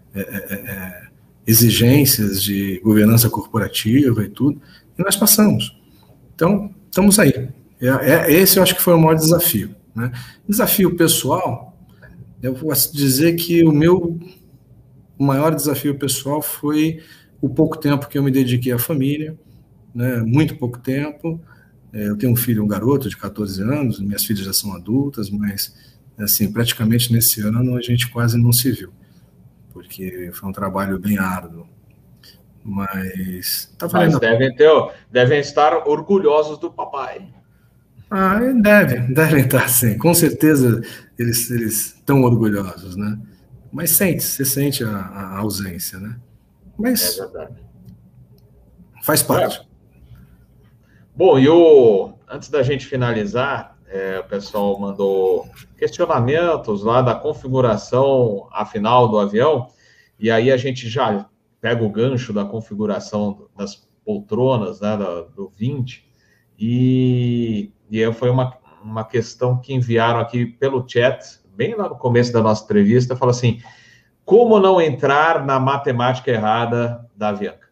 exigências de governança corporativa e tudo, e nós passamos. Então, estamos aí. Esse eu acho que foi o maior desafio, né? Desafio pessoal, eu posso dizer que o maior desafio pessoal foi o pouco tempo que eu me dediquei à família, né? Muito pouco tempo. Eu tenho um filho, um garoto de 14 anos, minhas filhas já são adultas, mas assim, praticamente nesse ano a gente quase não se viu, porque foi um trabalho bem árduo. Mas tá valendo. Devem estar orgulhosos do papai. Devem estar, sim. Com certeza eles estão orgulhosos, né? Mas você sente a ausência, né? Mas é verdade. Faz parte. Bom, antes da gente finalizar, o pessoal mandou questionamentos lá da configuração afinal do avião, e aí a gente já pega o gancho da configuração das poltronas, né, do 20, e foi uma questão que enviaram aqui pelo chat, bem lá no começo da nossa entrevista, fala assim, como não entrar na matemática errada da Avianca?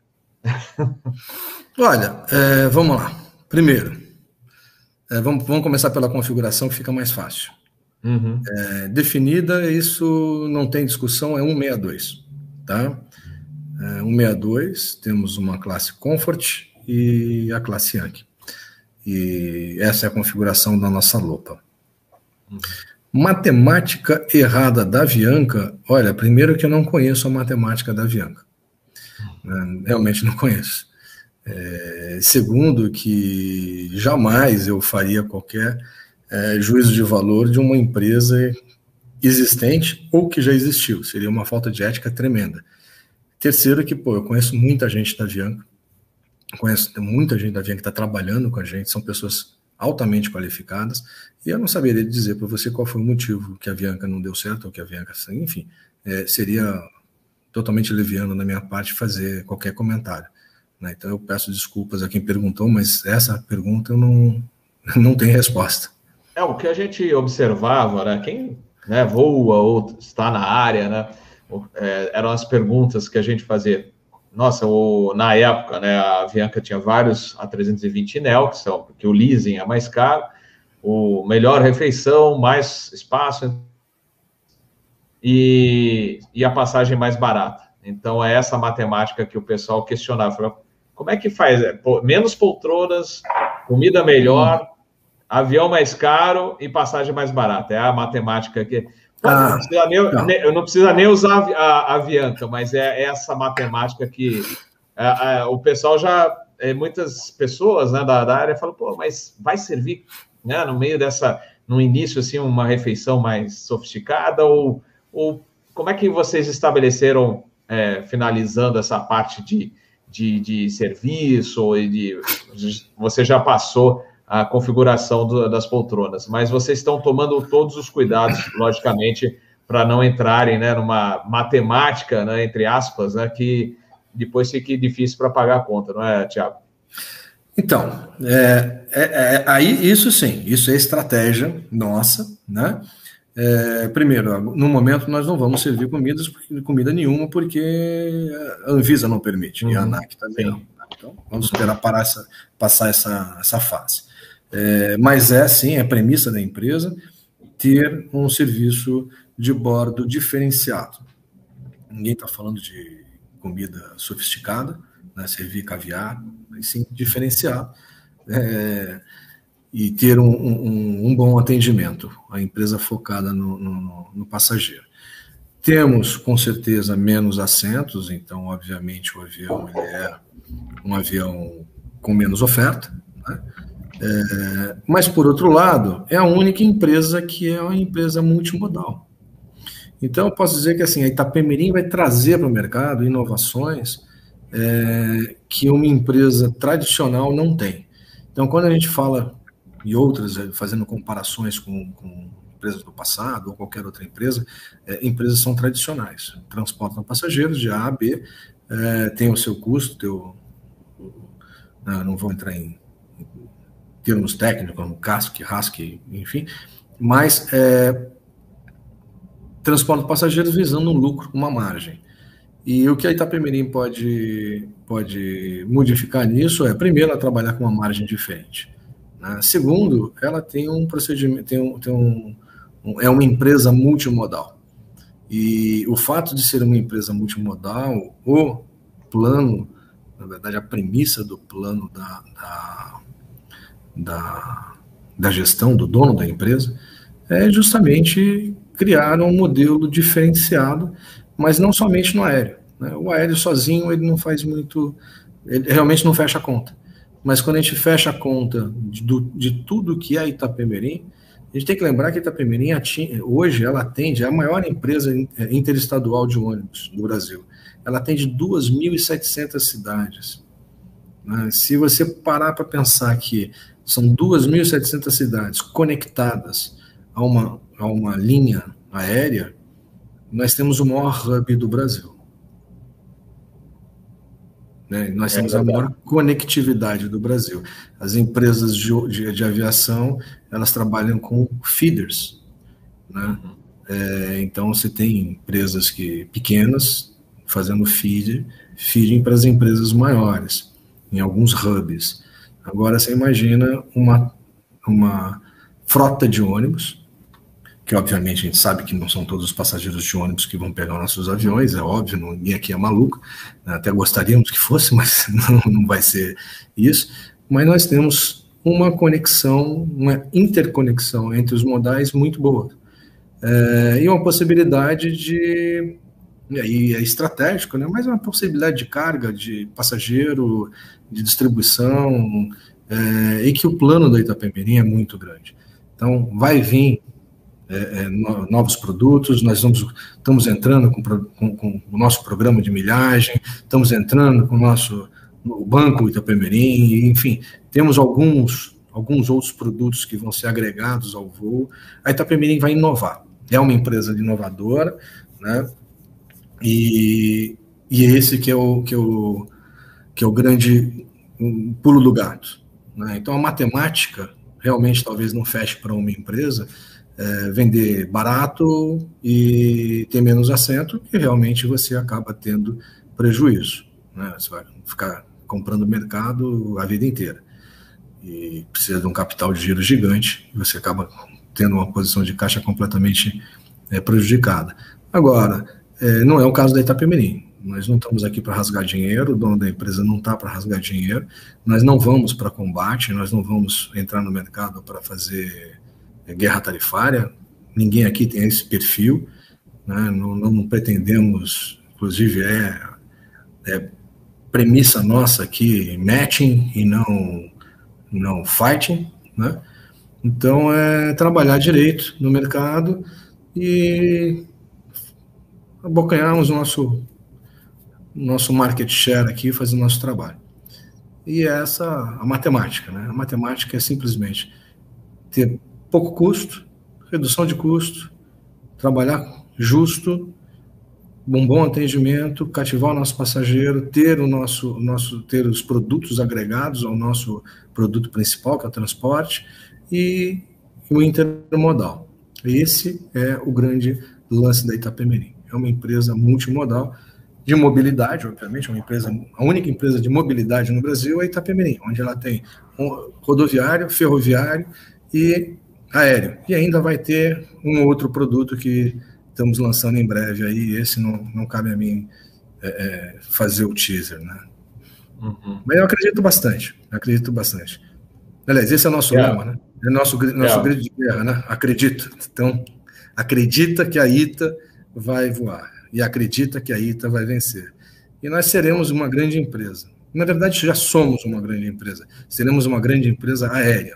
Olha, vamos lá. Primeiro, vamos começar pela configuração, que fica mais fácil. Uhum. Definida, isso não tem discussão, é 162, tá? 162, temos uma classe Comfort e a classe Yankee. E essa é a configuração da nossa LOPA. Uhum. Matemática errada da Avianca, olha, primeiro que eu não conheço a matemática da Avianca. Realmente não conheço. Segundo, que jamais eu faria qualquer juízo de valor de uma empresa existente ou que já existiu. Seria uma falta de ética tremenda. Terceiro, que eu conheço muita gente da Avianca, muita gente da Avianca que está trabalhando com a gente, são pessoas altamente qualificadas, e eu não saberia dizer para você qual foi o motivo que a Avianca não deu certo, ou que a Avianca, enfim, seria totalmente leviano da minha parte fazer qualquer comentário, né? Então eu peço desculpas a quem perguntou, mas essa pergunta eu não tem resposta. O que a gente observava, né, quem voa ou está na área, né, eram as perguntas que a gente fazia. Nossa, na época, né, a Avianca tinha vários A320 Neo, porque o leasing é mais caro, o melhor refeição, mais espaço e a passagem mais barata. Então, é essa matemática que o pessoal questionava. Falava, como é que faz? Menos poltronas, comida melhor, avião mais caro e passagem mais barata. É a matemática que... eu não precisa nem usar a Avianca, mas é essa matemática que o pessoal já... muitas pessoas, né, da área falam, mas vai servir, né, no meio no início, assim, uma refeição mais sofisticada? Ou como é que vocês estabeleceram, finalizando essa parte de de serviço, você já passou a configuração das poltronas, mas vocês estão tomando todos os cuidados, logicamente, para não entrarem, né, numa matemática, né, entre aspas, né, que depois fique difícil para pagar a conta, não é, Thiago? Então, aí isso sim, isso é estratégia nossa, né? Primeiro, no momento nós não vamos servir comida nenhuma, porque a Anvisa não permite, e a ANAC também não. Então, vamos esperar passar essa fase. Mas sim, é premissa da empresa ter um serviço de bordo diferenciado. Ninguém está falando de comida sofisticada, né, servir caviar, mas sim diferenciado. E ter um bom atendimento, a empresa focada no passageiro. Temos, com certeza, menos assentos, então, obviamente, o avião ele é um avião com menos oferta, né? Mas, por outro lado, é a única empresa que é uma empresa multimodal. Então, eu posso dizer que assim, a Itapemirim vai trazer para o mercado inovações que uma empresa tradicional não tem. Então, quando a gente fala, e outras, fazendo comparações com empresas do passado ou qualquer outra empresa, empresas são tradicionais, transportam passageiros de A a B, tem o seu custo, não vou entrar em termos técnicos, como CASC, RASC, enfim, mas transporta passageiros visando um lucro, uma margem. E o que a Itapemirim pode modificar nisso primeiro, ela trabalhar com uma margem diferente. Né? Segundo, ela tem um procedimento, é uma empresa multimodal. E o fato de ser uma empresa multimodal, o plano, na verdade, a premissa do plano da gestão, do dono da empresa, é justamente criar um modelo diferenciado, mas não somente no aéreo. Né? O aéreo sozinho, ele não faz muito, ele realmente não fecha a conta. Mas quando a gente fecha a conta de tudo que é a Itapemirim, a gente tem que lembrar que a Itapemirim, hoje, ela atende, é a maior empresa interestadual de ônibus do Brasil. Ela atende 2.700 cidades. Né? Se você parar para pensar que são 2.700 cidades conectadas a uma linha aérea, nós temos o maior hub do Brasil. Né? Nós temos a maior conectividade do Brasil. As empresas de aviação, elas trabalham com feeders. Né? Então, você tem empresas pequenas fazendo feeding para as empresas maiores, em alguns hubs. Agora, você imagina uma frota de ônibus, que obviamente a gente sabe que não são todos os passageiros de ônibus que vão pegar nossos aviões, é óbvio, ninguém aqui é maluco, né? Até gostaríamos que fosse, mas não vai ser isso. Mas nós temos uma conexão, uma interconexão entre os modais muito boa. E uma possibilidade e aí é estratégico, né? Mas uma possibilidade de carga, de passageiro, de distribuição, e que o plano da Itapemirim é muito grande. Então, vai vir novos produtos, nós estamos entrando com o nosso programa de milhagem, estamos entrando com o Banco Itapemirim, enfim, temos alguns outros produtos que vão ser agregados ao voo. A Itapemirim vai inovar, é uma empresa inovadora, né? E esse que é o grande pulo do gato. Né? Então, a matemática realmente talvez não feche para uma empresa vender barato e ter menos assento, e realmente você acaba tendo prejuízo. Né? Você vai ficar comprando mercado a vida inteira. E precisa de um capital de giro gigante, e você acaba tendo uma posição de caixa completamente prejudicada. Agora, não é o caso da Itapemirim. Nós não estamos aqui para rasgar dinheiro, o dono da empresa não está para rasgar dinheiro, nós não vamos para combate, nós não vamos entrar no mercado para fazer guerra tarifária, ninguém aqui tem esse perfil, né? Não pretendemos, inclusive premissa nossa aqui, matching e não fighting, né? Então, trabalhar direito no mercado e abocanharmos nosso market share aqui e fazer o nosso trabalho. E essa a matemática, né? A matemática é simplesmente ter pouco custo, redução de custo, trabalhar justo, um bom atendimento, cativar o nosso passageiro, ter ter os produtos agregados ao nosso produto principal, que é o transporte, e o intermodal. Esse é o grande lance da Itapemirim. É uma empresa multimodal de mobilidade, obviamente, a única empresa de mobilidade no Brasil é a Itapemirim, onde ela tem rodoviário, ferroviário e aéreo. E ainda vai ter um outro produto que estamos lançando em breve aí, esse não cabe a mim fazer o teaser, né? Uhum. Mas eu acredito bastante. Aliás, esse é o nosso lema, né? É nosso grito de guerra, né? Acredita. Então, acredita que a ITA vai voar e acredita que a ITA vai vencer. E nós seremos uma grande empresa. Na verdade, já somos uma grande empresa. Seremos uma grande empresa aérea.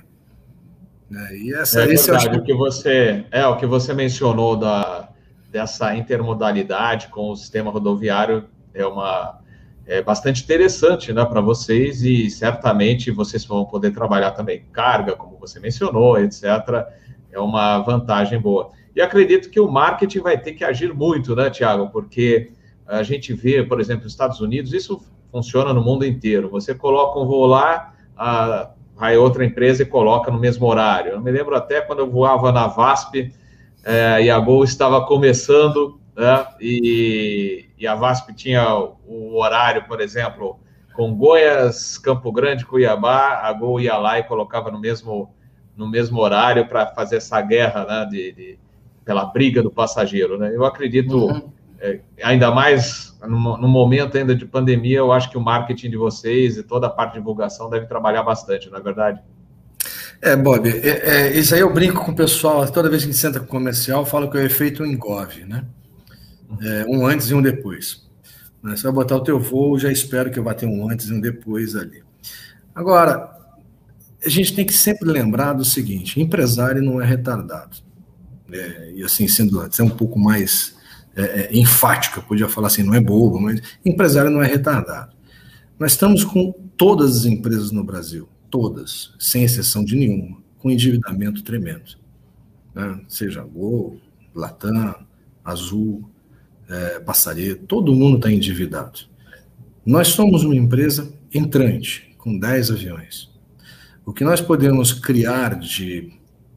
E esse verdade. O que você mencionou dessa intermodalidade com o sistema rodoviário é bastante interessante, né, para vocês, e certamente vocês vão poder trabalhar também carga, como você mencionou, etc. É uma vantagem boa. E acredito que o marketing vai ter que agir muito, né, Thiago? Porque a gente vê, por exemplo, nos Estados Unidos, isso funciona no mundo inteiro. Você coloca um voo lá, vai outra empresa e coloca no mesmo horário. Eu me lembro até quando eu voava na VASP, e a Gol estava começando, né, e a VASP tinha o horário, por exemplo, Congonhas, Campo Grande, Cuiabá, a Gol ia lá e colocava no mesmo horário para fazer essa guerra, né, pela briga do passageiro, né? Eu acredito, ainda mais no momento ainda de pandemia, eu acho que o marketing de vocês e toda a parte de divulgação deve trabalhar bastante, não é verdade? Bob, isso aí eu brinco com o pessoal, toda vez que a gente senta com o comercial, eu falo que é o efeito engove, né? Um antes e um depois. Você vai botar o teu voo, já espero que vai ter um antes e um depois ali. Agora, a gente tem que sempre lembrar do seguinte, empresário não é retardado. E assim, sendo um pouco mais enfático, eu podia falar assim, não é bobo, mas empresário não é retardado. Nós estamos com todas as empresas no Brasil, todas, sem exceção de nenhuma, com endividamento tremendo. Né? Seja Gol, Latam, Azul, Passaredo, todo mundo está endividado. Nós somos uma empresa entrante, com 10 aviões. O que nós podemos criar de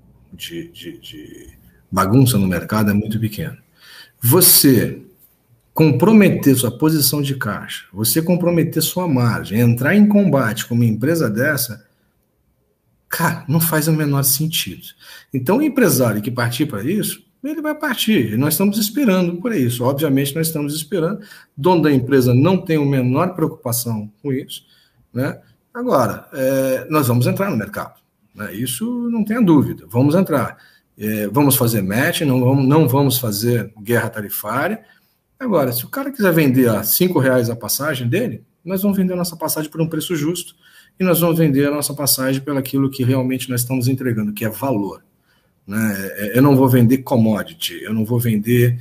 bagunça no mercado é muito pequeno. Você comprometer sua posição de caixa, você comprometer sua margem, entrar em combate com uma empresa dessa, cara, não faz o menor sentido. Então, o empresário que partir para isso, ele vai partir. Nós estamos esperando por isso. Obviamente, nós estamos esperando. O dono da empresa não tem a menor preocupação com isso, né? Agora, nós vamos entrar no mercado. Né? Isso não tenha dúvida. Vamos entrar. Vamos fazer match, não vamos fazer guerra tarifária. Agora, se o cara quiser vender a R$5 a passagem dele, nós vamos vender a nossa passagem por um preço justo e nós vamos vender a nossa passagem pelo aquilo que realmente nós estamos entregando, que é valor. Né? Eu não vou vender commodity, eu não vou vender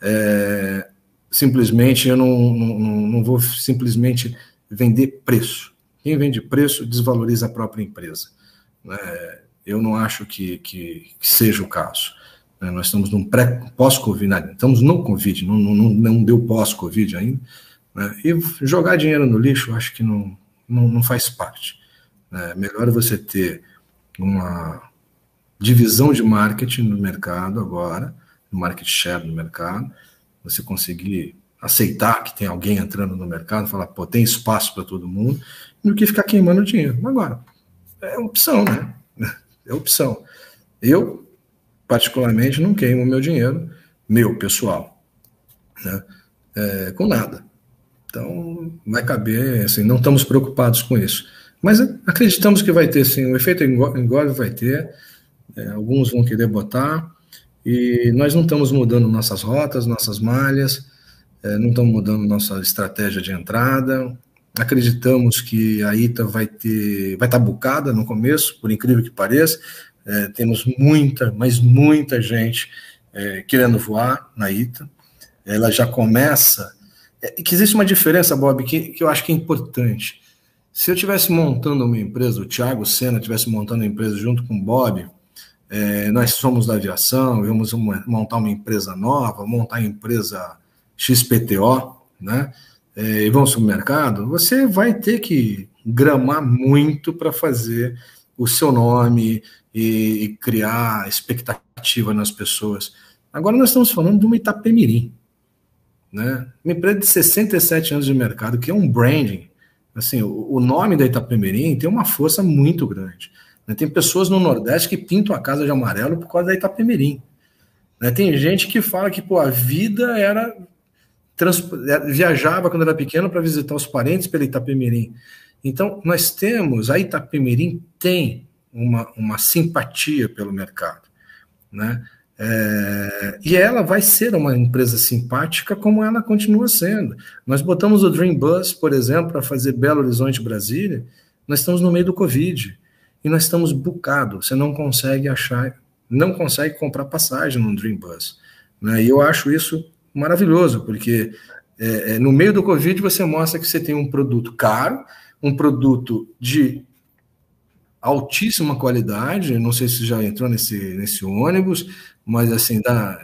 simplesmente, eu não vou simplesmente vender preço. Quem vende preço desvaloriza a própria empresa. Né? Eu não acho que seja o caso. Nós estamos num pós-Covid, estamos no Covid, não deu pós-Covid ainda. Né? E jogar dinheiro no lixo, eu acho que não faz parte. Melhor você ter uma divisão de marketing no mercado agora, no market share no mercado, você conseguir aceitar que tem alguém entrando no mercado, falar, pô, tem espaço para todo mundo, do que ficar queimando dinheiro. Agora, é opção, né? É opção. Eu, particularmente, não queimo meu dinheiro, meu pessoal, né? Com nada. Então, vai caber, assim, não estamos preocupados com isso. Mas acreditamos que vai ter, sim, o efeito engolve vai ter, alguns vão querer botar, e nós não estamos mudando nossas rotas, nossas malhas, não estamos mudando nossa estratégia de entrada. Acreditamos que a ITA vai estar bucada no começo, por incrível que pareça. Temos muita gente querendo voar na ITA. Ela já começa, que existe uma diferença, Bob, que eu acho que é importante. Se eu estivesse montando uma empresa, o Thiago Sena estivesse montando uma empresa junto com o Bob, nós somos da aviação, vamos montar uma empresa nova, montar a empresa XPTO, né? E vamos para o mercado, você vai ter que gramar muito para fazer o seu nome e criar expectativa nas pessoas. Agora nós estamos falando de uma Itapemirim, né? Uma empresa de 67 anos de mercado, que é um branding. Assim, o nome da Itapemirim tem uma força muito grande. Né? Tem pessoas no Nordeste que pintam a casa de amarelo por causa da Itapemirim. Né? Tem gente que fala que a vida era... viajava quando era pequeno para visitar os parentes pela Itapemirim. Então, nós temos... A Itapemirim tem uma simpatia pelo mercado. Né? E ela vai ser uma empresa simpática como ela continua sendo. Nós botamos o Dream Bus, por exemplo, para fazer Belo Horizonte, Brasília. Nós estamos no meio do Covid e nós estamos bucados. Você não consegue achar, não consegue comprar passagem no Dream Bus, né? E eu acho isso maravilhoso, porque no meio do Covid você mostra que você tem um produto caro, um produto de altíssima qualidade. Não sei se já entrou nesse ônibus, mas assim,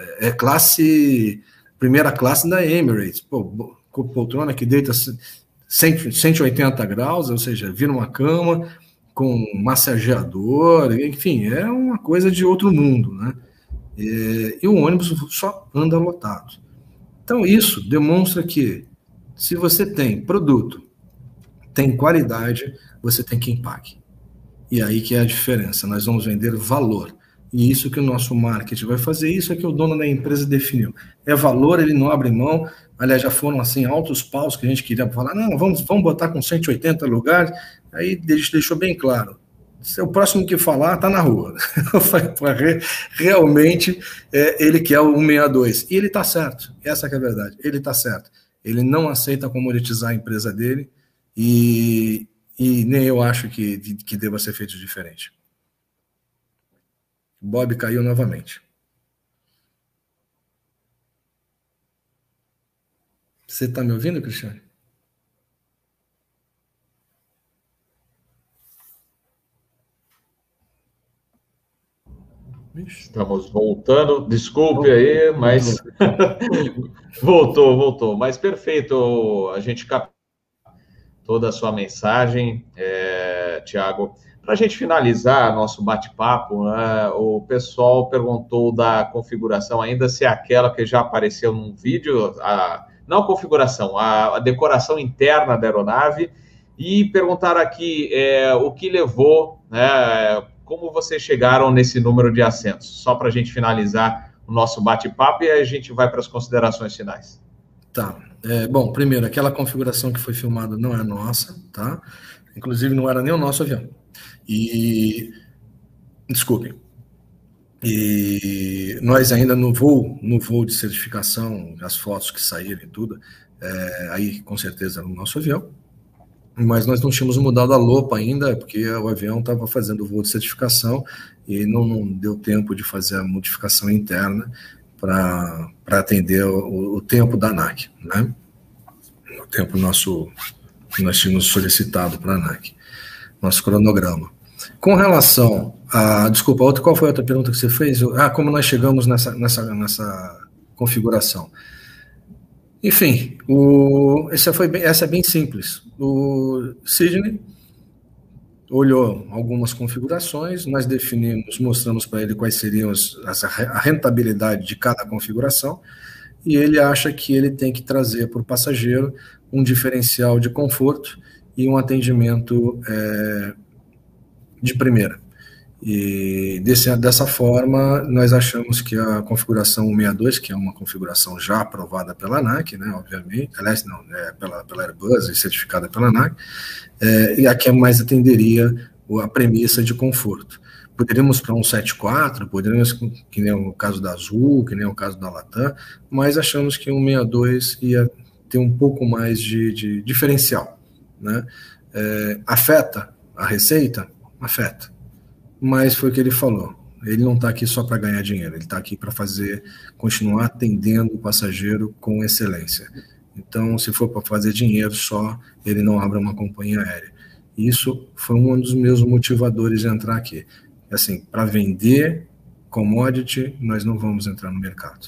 primeira classe da Emirates, poltrona que deita 180 graus, ou seja, vira uma cama com massageador, enfim, é uma coisa de outro mundo, né? E o ônibus só anda lotado. Então isso demonstra que se você tem produto, tem qualidade, você tem quem pague. E aí que é a diferença, nós vamos vender valor. E isso que o nosso marketing vai fazer, isso é que o dono da empresa definiu. É valor, ele não abre mão. Aliás, já foram assim altos paus que a gente queria falar, não, vamos botar com 180 lugares. Aí ele deixou bem claro, o próximo que falar está na rua. Realmente, ele quer o 162. E ele está certo, essa que é a verdade, ele está certo. Ele não aceita comoditizar a empresa dele e nem eu acho que deva ser feito diferente. Bob caiu novamente. Você está me ouvindo, Cristiane? Estamos voltando. Desculpe aí, mas voltou. Mas perfeito, a gente captou toda a sua mensagem, Thiago. Para a gente finalizar nosso bate-papo, né, o pessoal perguntou da configuração ainda, se é aquela que já apareceu num vídeo, não a configuração, a decoração interna da aeronave, e perguntaram aqui o que levou, né, como vocês chegaram nesse número de assentos, só para a gente finalizar o nosso bate-papo e a gente vai para as considerações finais. Tá. Bom, primeiro, aquela configuração que foi filmada não é nossa, tá? Inclusive não era nem o nosso avião. Desculpe. E nós ainda no voo de certificação, as fotos que saíram e tudo, aí com certeza era o nosso avião, mas nós não tínhamos mudado a LOPA ainda, porque o avião estava fazendo o voo de certificação e não deu tempo de fazer a modificação interna para atender o tempo da ANAC, né? O tempo que nós tínhamos solicitado para a ANAC, nosso cronograma. Com relação a... Desculpa, qual foi a outra pergunta que você fez? Como nós chegamos nessa configuração. Enfim, essa é bem simples. O Sidney olhou algumas configurações, nós definimos, mostramos para ele quais seriam a rentabilidade de cada configuração, e ele acha que ele tem que trazer para o passageiro um diferencial de conforto e um atendimento de primeira. E dessa forma, nós achamos que a configuração 162, que é uma configuração já aprovada pela ANAC, né, obviamente, aliás, não, pela Airbus e certificada pela ANAC, e a que mais atenderia a premissa de conforto. Poderíamos para um 74, poderíamos, que nem o caso da Azul, que nem o caso da Latam, mas achamos que um 162 ia ter um pouco mais de diferencial, né? Afeta a receita? Afeta. Mas foi o que ele falou. Ele não está aqui só para ganhar dinheiro, ele está aqui para continuar atendendo o passageiro com excelência. Então, se for para fazer dinheiro só, ele não abre uma companhia aérea. Isso foi um dos meus motivadores de entrar aqui. Assim, para vender commodity, nós não vamos entrar no mercado.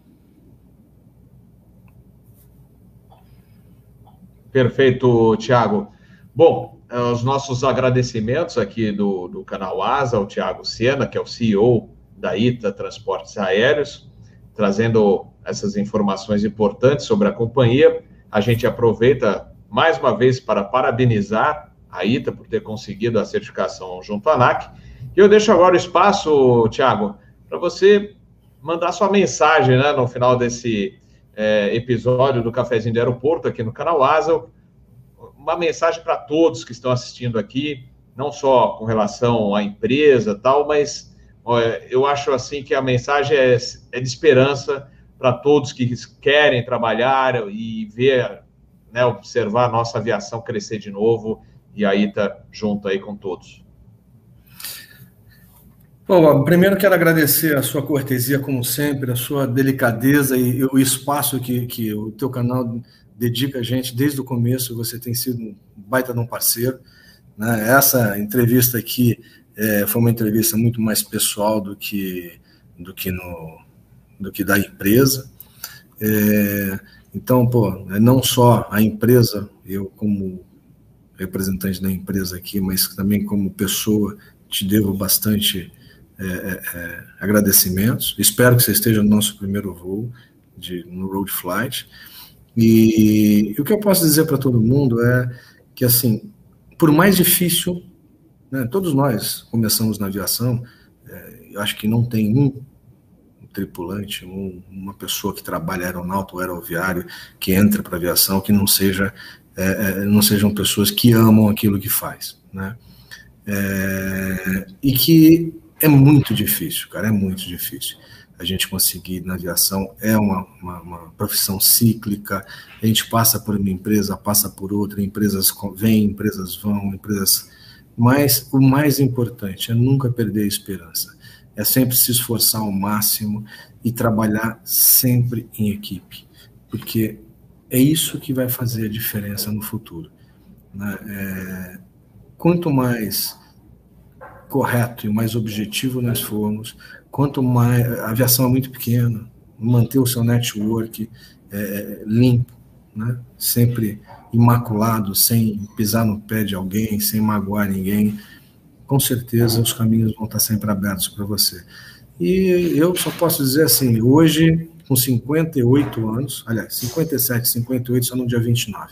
Perfeito, Thiago. Bom, os nossos agradecimentos aqui do canal Asa, ao Thiago Sena, que é o CEO da ITA Transportes Aéreos, trazendo essas informações importantes sobre a companhia. A gente aproveita mais uma vez para parabenizar a ITA por ter conseguido a certificação junto à ANAC. E eu deixo agora o espaço, Thiago, para você mandar sua mensagem, né, no final desse episódio do Cafezinho do Aeroporto aqui no canal Asa, uma mensagem para todos que estão assistindo aqui, não só com relação à empresa e tal, mas eu acho assim que a mensagem é de esperança para todos que querem trabalhar e ver, né, observar a nossa aviação crescer de novo e a ITA junto aí com todos. Bom, Bob, primeiro quero agradecer a sua cortesia, como sempre, a sua delicadeza e o espaço que o teu canal dedica a gente desde o começo. Você tem sido um baita de um parceiro, né? Essa entrevista aqui foi uma entrevista muito mais pessoal do que da empresa. Então, não só a empresa, eu como representante da empresa aqui, mas também como pessoa, te devo bastante agradecimentos. Espero que você esteja no nosso primeiro voo no Road Flight. E o que eu posso dizer para todo mundo é que, assim, por mais difícil, né, todos nós começamos na aviação, eu acho que não tem um tripulante, uma pessoa que trabalha aeronauta ou aeroviário, que entra para a aviação, que não sejam pessoas que amam aquilo que faz, né? E que é muito difícil, cara, é muito difícil. A gente conseguir na aviação é uma profissão cíclica, a gente passa por uma empresa, passa por outra, empresas vêm, empresas vão, mas o mais importante é nunca perder a esperança, é sempre se esforçar ao máximo e trabalhar sempre em equipe, porque é isso que vai fazer a diferença no futuro, né? Quanto mais correto e mais objetivo nós formos, quanto mais... A aviação é muito pequena, manter o seu network limpo, né? Sempre imaculado, sem pisar no pé de alguém, sem magoar ninguém, com certeza os caminhos vão estar sempre abertos para você. E eu só posso dizer assim, hoje, com 58 anos, aliás, 57, 58, só no dia 29,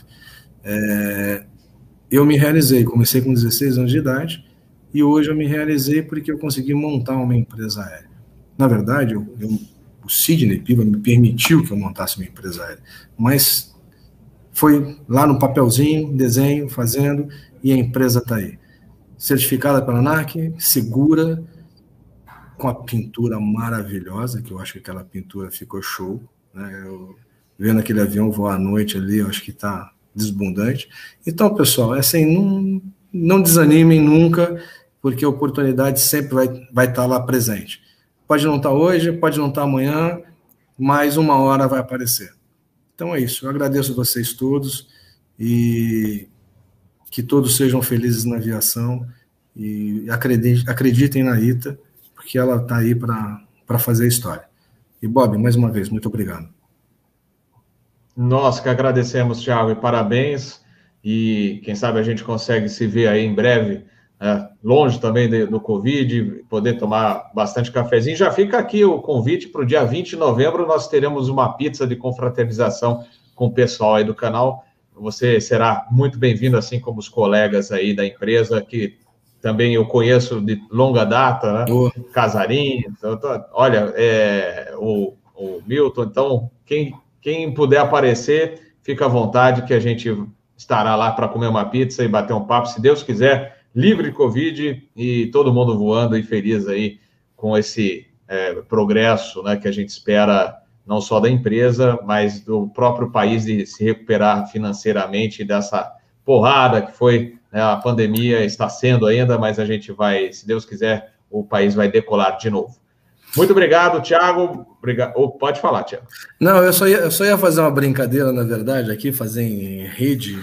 eu me realizei, comecei com 16 anos de idade, e hoje eu me realizei porque eu consegui montar uma empresa aérea. Na verdade, o Sidney Piva me permitiu que eu montasse uma empresa aérea, mas foi lá no papelzinho, desenho, fazendo, e a empresa está aí. Certificada pela ANAC, segura, com a pintura maravilhosa, que eu acho que aquela pintura ficou show, né? Eu, vendo aquele avião voar à noite ali, eu acho que está desbundante. Então, pessoal, assim, não desanimem nunca, porque a oportunidade sempre vai estar lá presente. Pode não estar hoje, pode não estar amanhã, mas uma hora vai aparecer. Então é isso, eu agradeço a vocês todos e que todos sejam felizes na aviação e acreditem na ITA, porque ela está aí para fazer história. E Bob, mais uma vez, muito obrigado. Nós que agradecemos, Thiago, e parabéns. E quem sabe a gente consegue se ver aí em breve, longe também do Covid, poder tomar bastante cafezinho. Já fica aqui o convite para o dia 20 de novembro, nós teremos uma pizza de confraternização com o pessoal aí do canal. Você será muito bem-vindo, assim como os colegas aí da empresa, que também eu conheço de longa data, né? Casarinho, olha, o Milton, então, quem puder aparecer, fica à vontade que a gente estará lá para comer uma pizza e bater um papo, se Deus quiser, livre de Covid e todo mundo voando e feliz aí com esse progresso, né, que a gente espera não só da empresa, mas do próprio país de se recuperar financeiramente dessa porrada que foi, né, a pandemia, está sendo ainda, mas a gente vai, se Deus quiser, o país vai decolar de novo. Muito obrigado, Thiago. Obrigado. Oh, pode falar, Thiago. Não, eu só ia fazer uma brincadeira, na verdade, aqui, fazer em rede.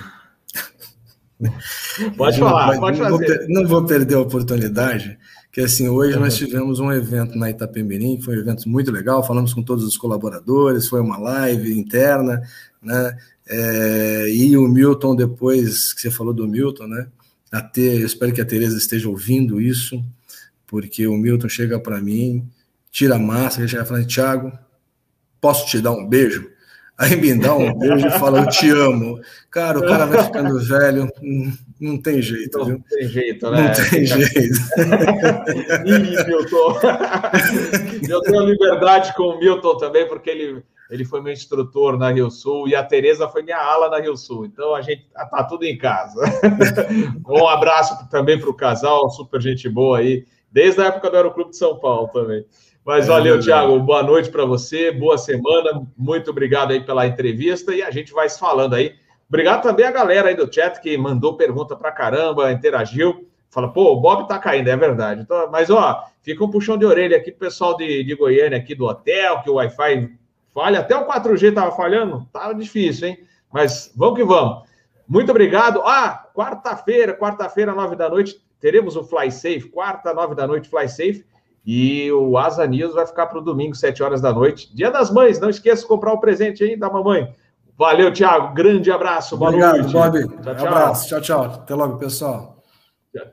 Pode falar, pode fazer. Não vou perder a oportunidade, que assim, hoje nós tivemos um evento na Itapemirim, foi um evento muito legal, falamos com todos os colaboradores, foi uma live interna, né? E o Milton, depois que você falou do Milton, né? Eu espero que a Tereza esteja ouvindo isso, porque o Milton chega para mim, tira a máscara, ele chega falando: Thiago, posso te dar um beijo? Aí me dá um beijo e fala: eu te amo. Cara, o cara vai ficando velho, não tem jeito, não viu? Não tem jeito, né? Não tem jeito. Ih, Milton. Eu tenho liberdade com o Milton também, porque ele foi meu instrutor na Rio Sul e a Tereza foi minha ala na Rio Sul. Então a gente tá tudo em casa. Um abraço também para o casal, super gente boa aí, desde a época do Aeroclube de São Paulo também. Mas valeu, Thiago, boa noite para você, boa semana, muito obrigado aí pela entrevista e a gente vai se falando aí. Obrigado também a galera aí do chat que mandou pergunta para caramba, interagiu, fala, pô, o Bob tá caindo, é verdade. Então, mas, ó, fica um puxão de orelha aqui pro pessoal de Goiânia, aqui do hotel, que o Wi-Fi falha, até o 4G tava falhando, tava difícil, hein? Mas vamos que vamos. Muito obrigado. Quarta-feira, 9 da noite, teremos o Fly Safe, quarta, 9 da noite, Fly Safe. E o Asa News vai ficar para o domingo, 7 horas da noite. Dia das Mães, não esqueça de comprar o presente aí da mamãe. Valeu, Thiago. Grande abraço. Boa noite. Obrigado, Bob. Tchau, tchau. Abraço. Tchau, tchau. Até logo, pessoal.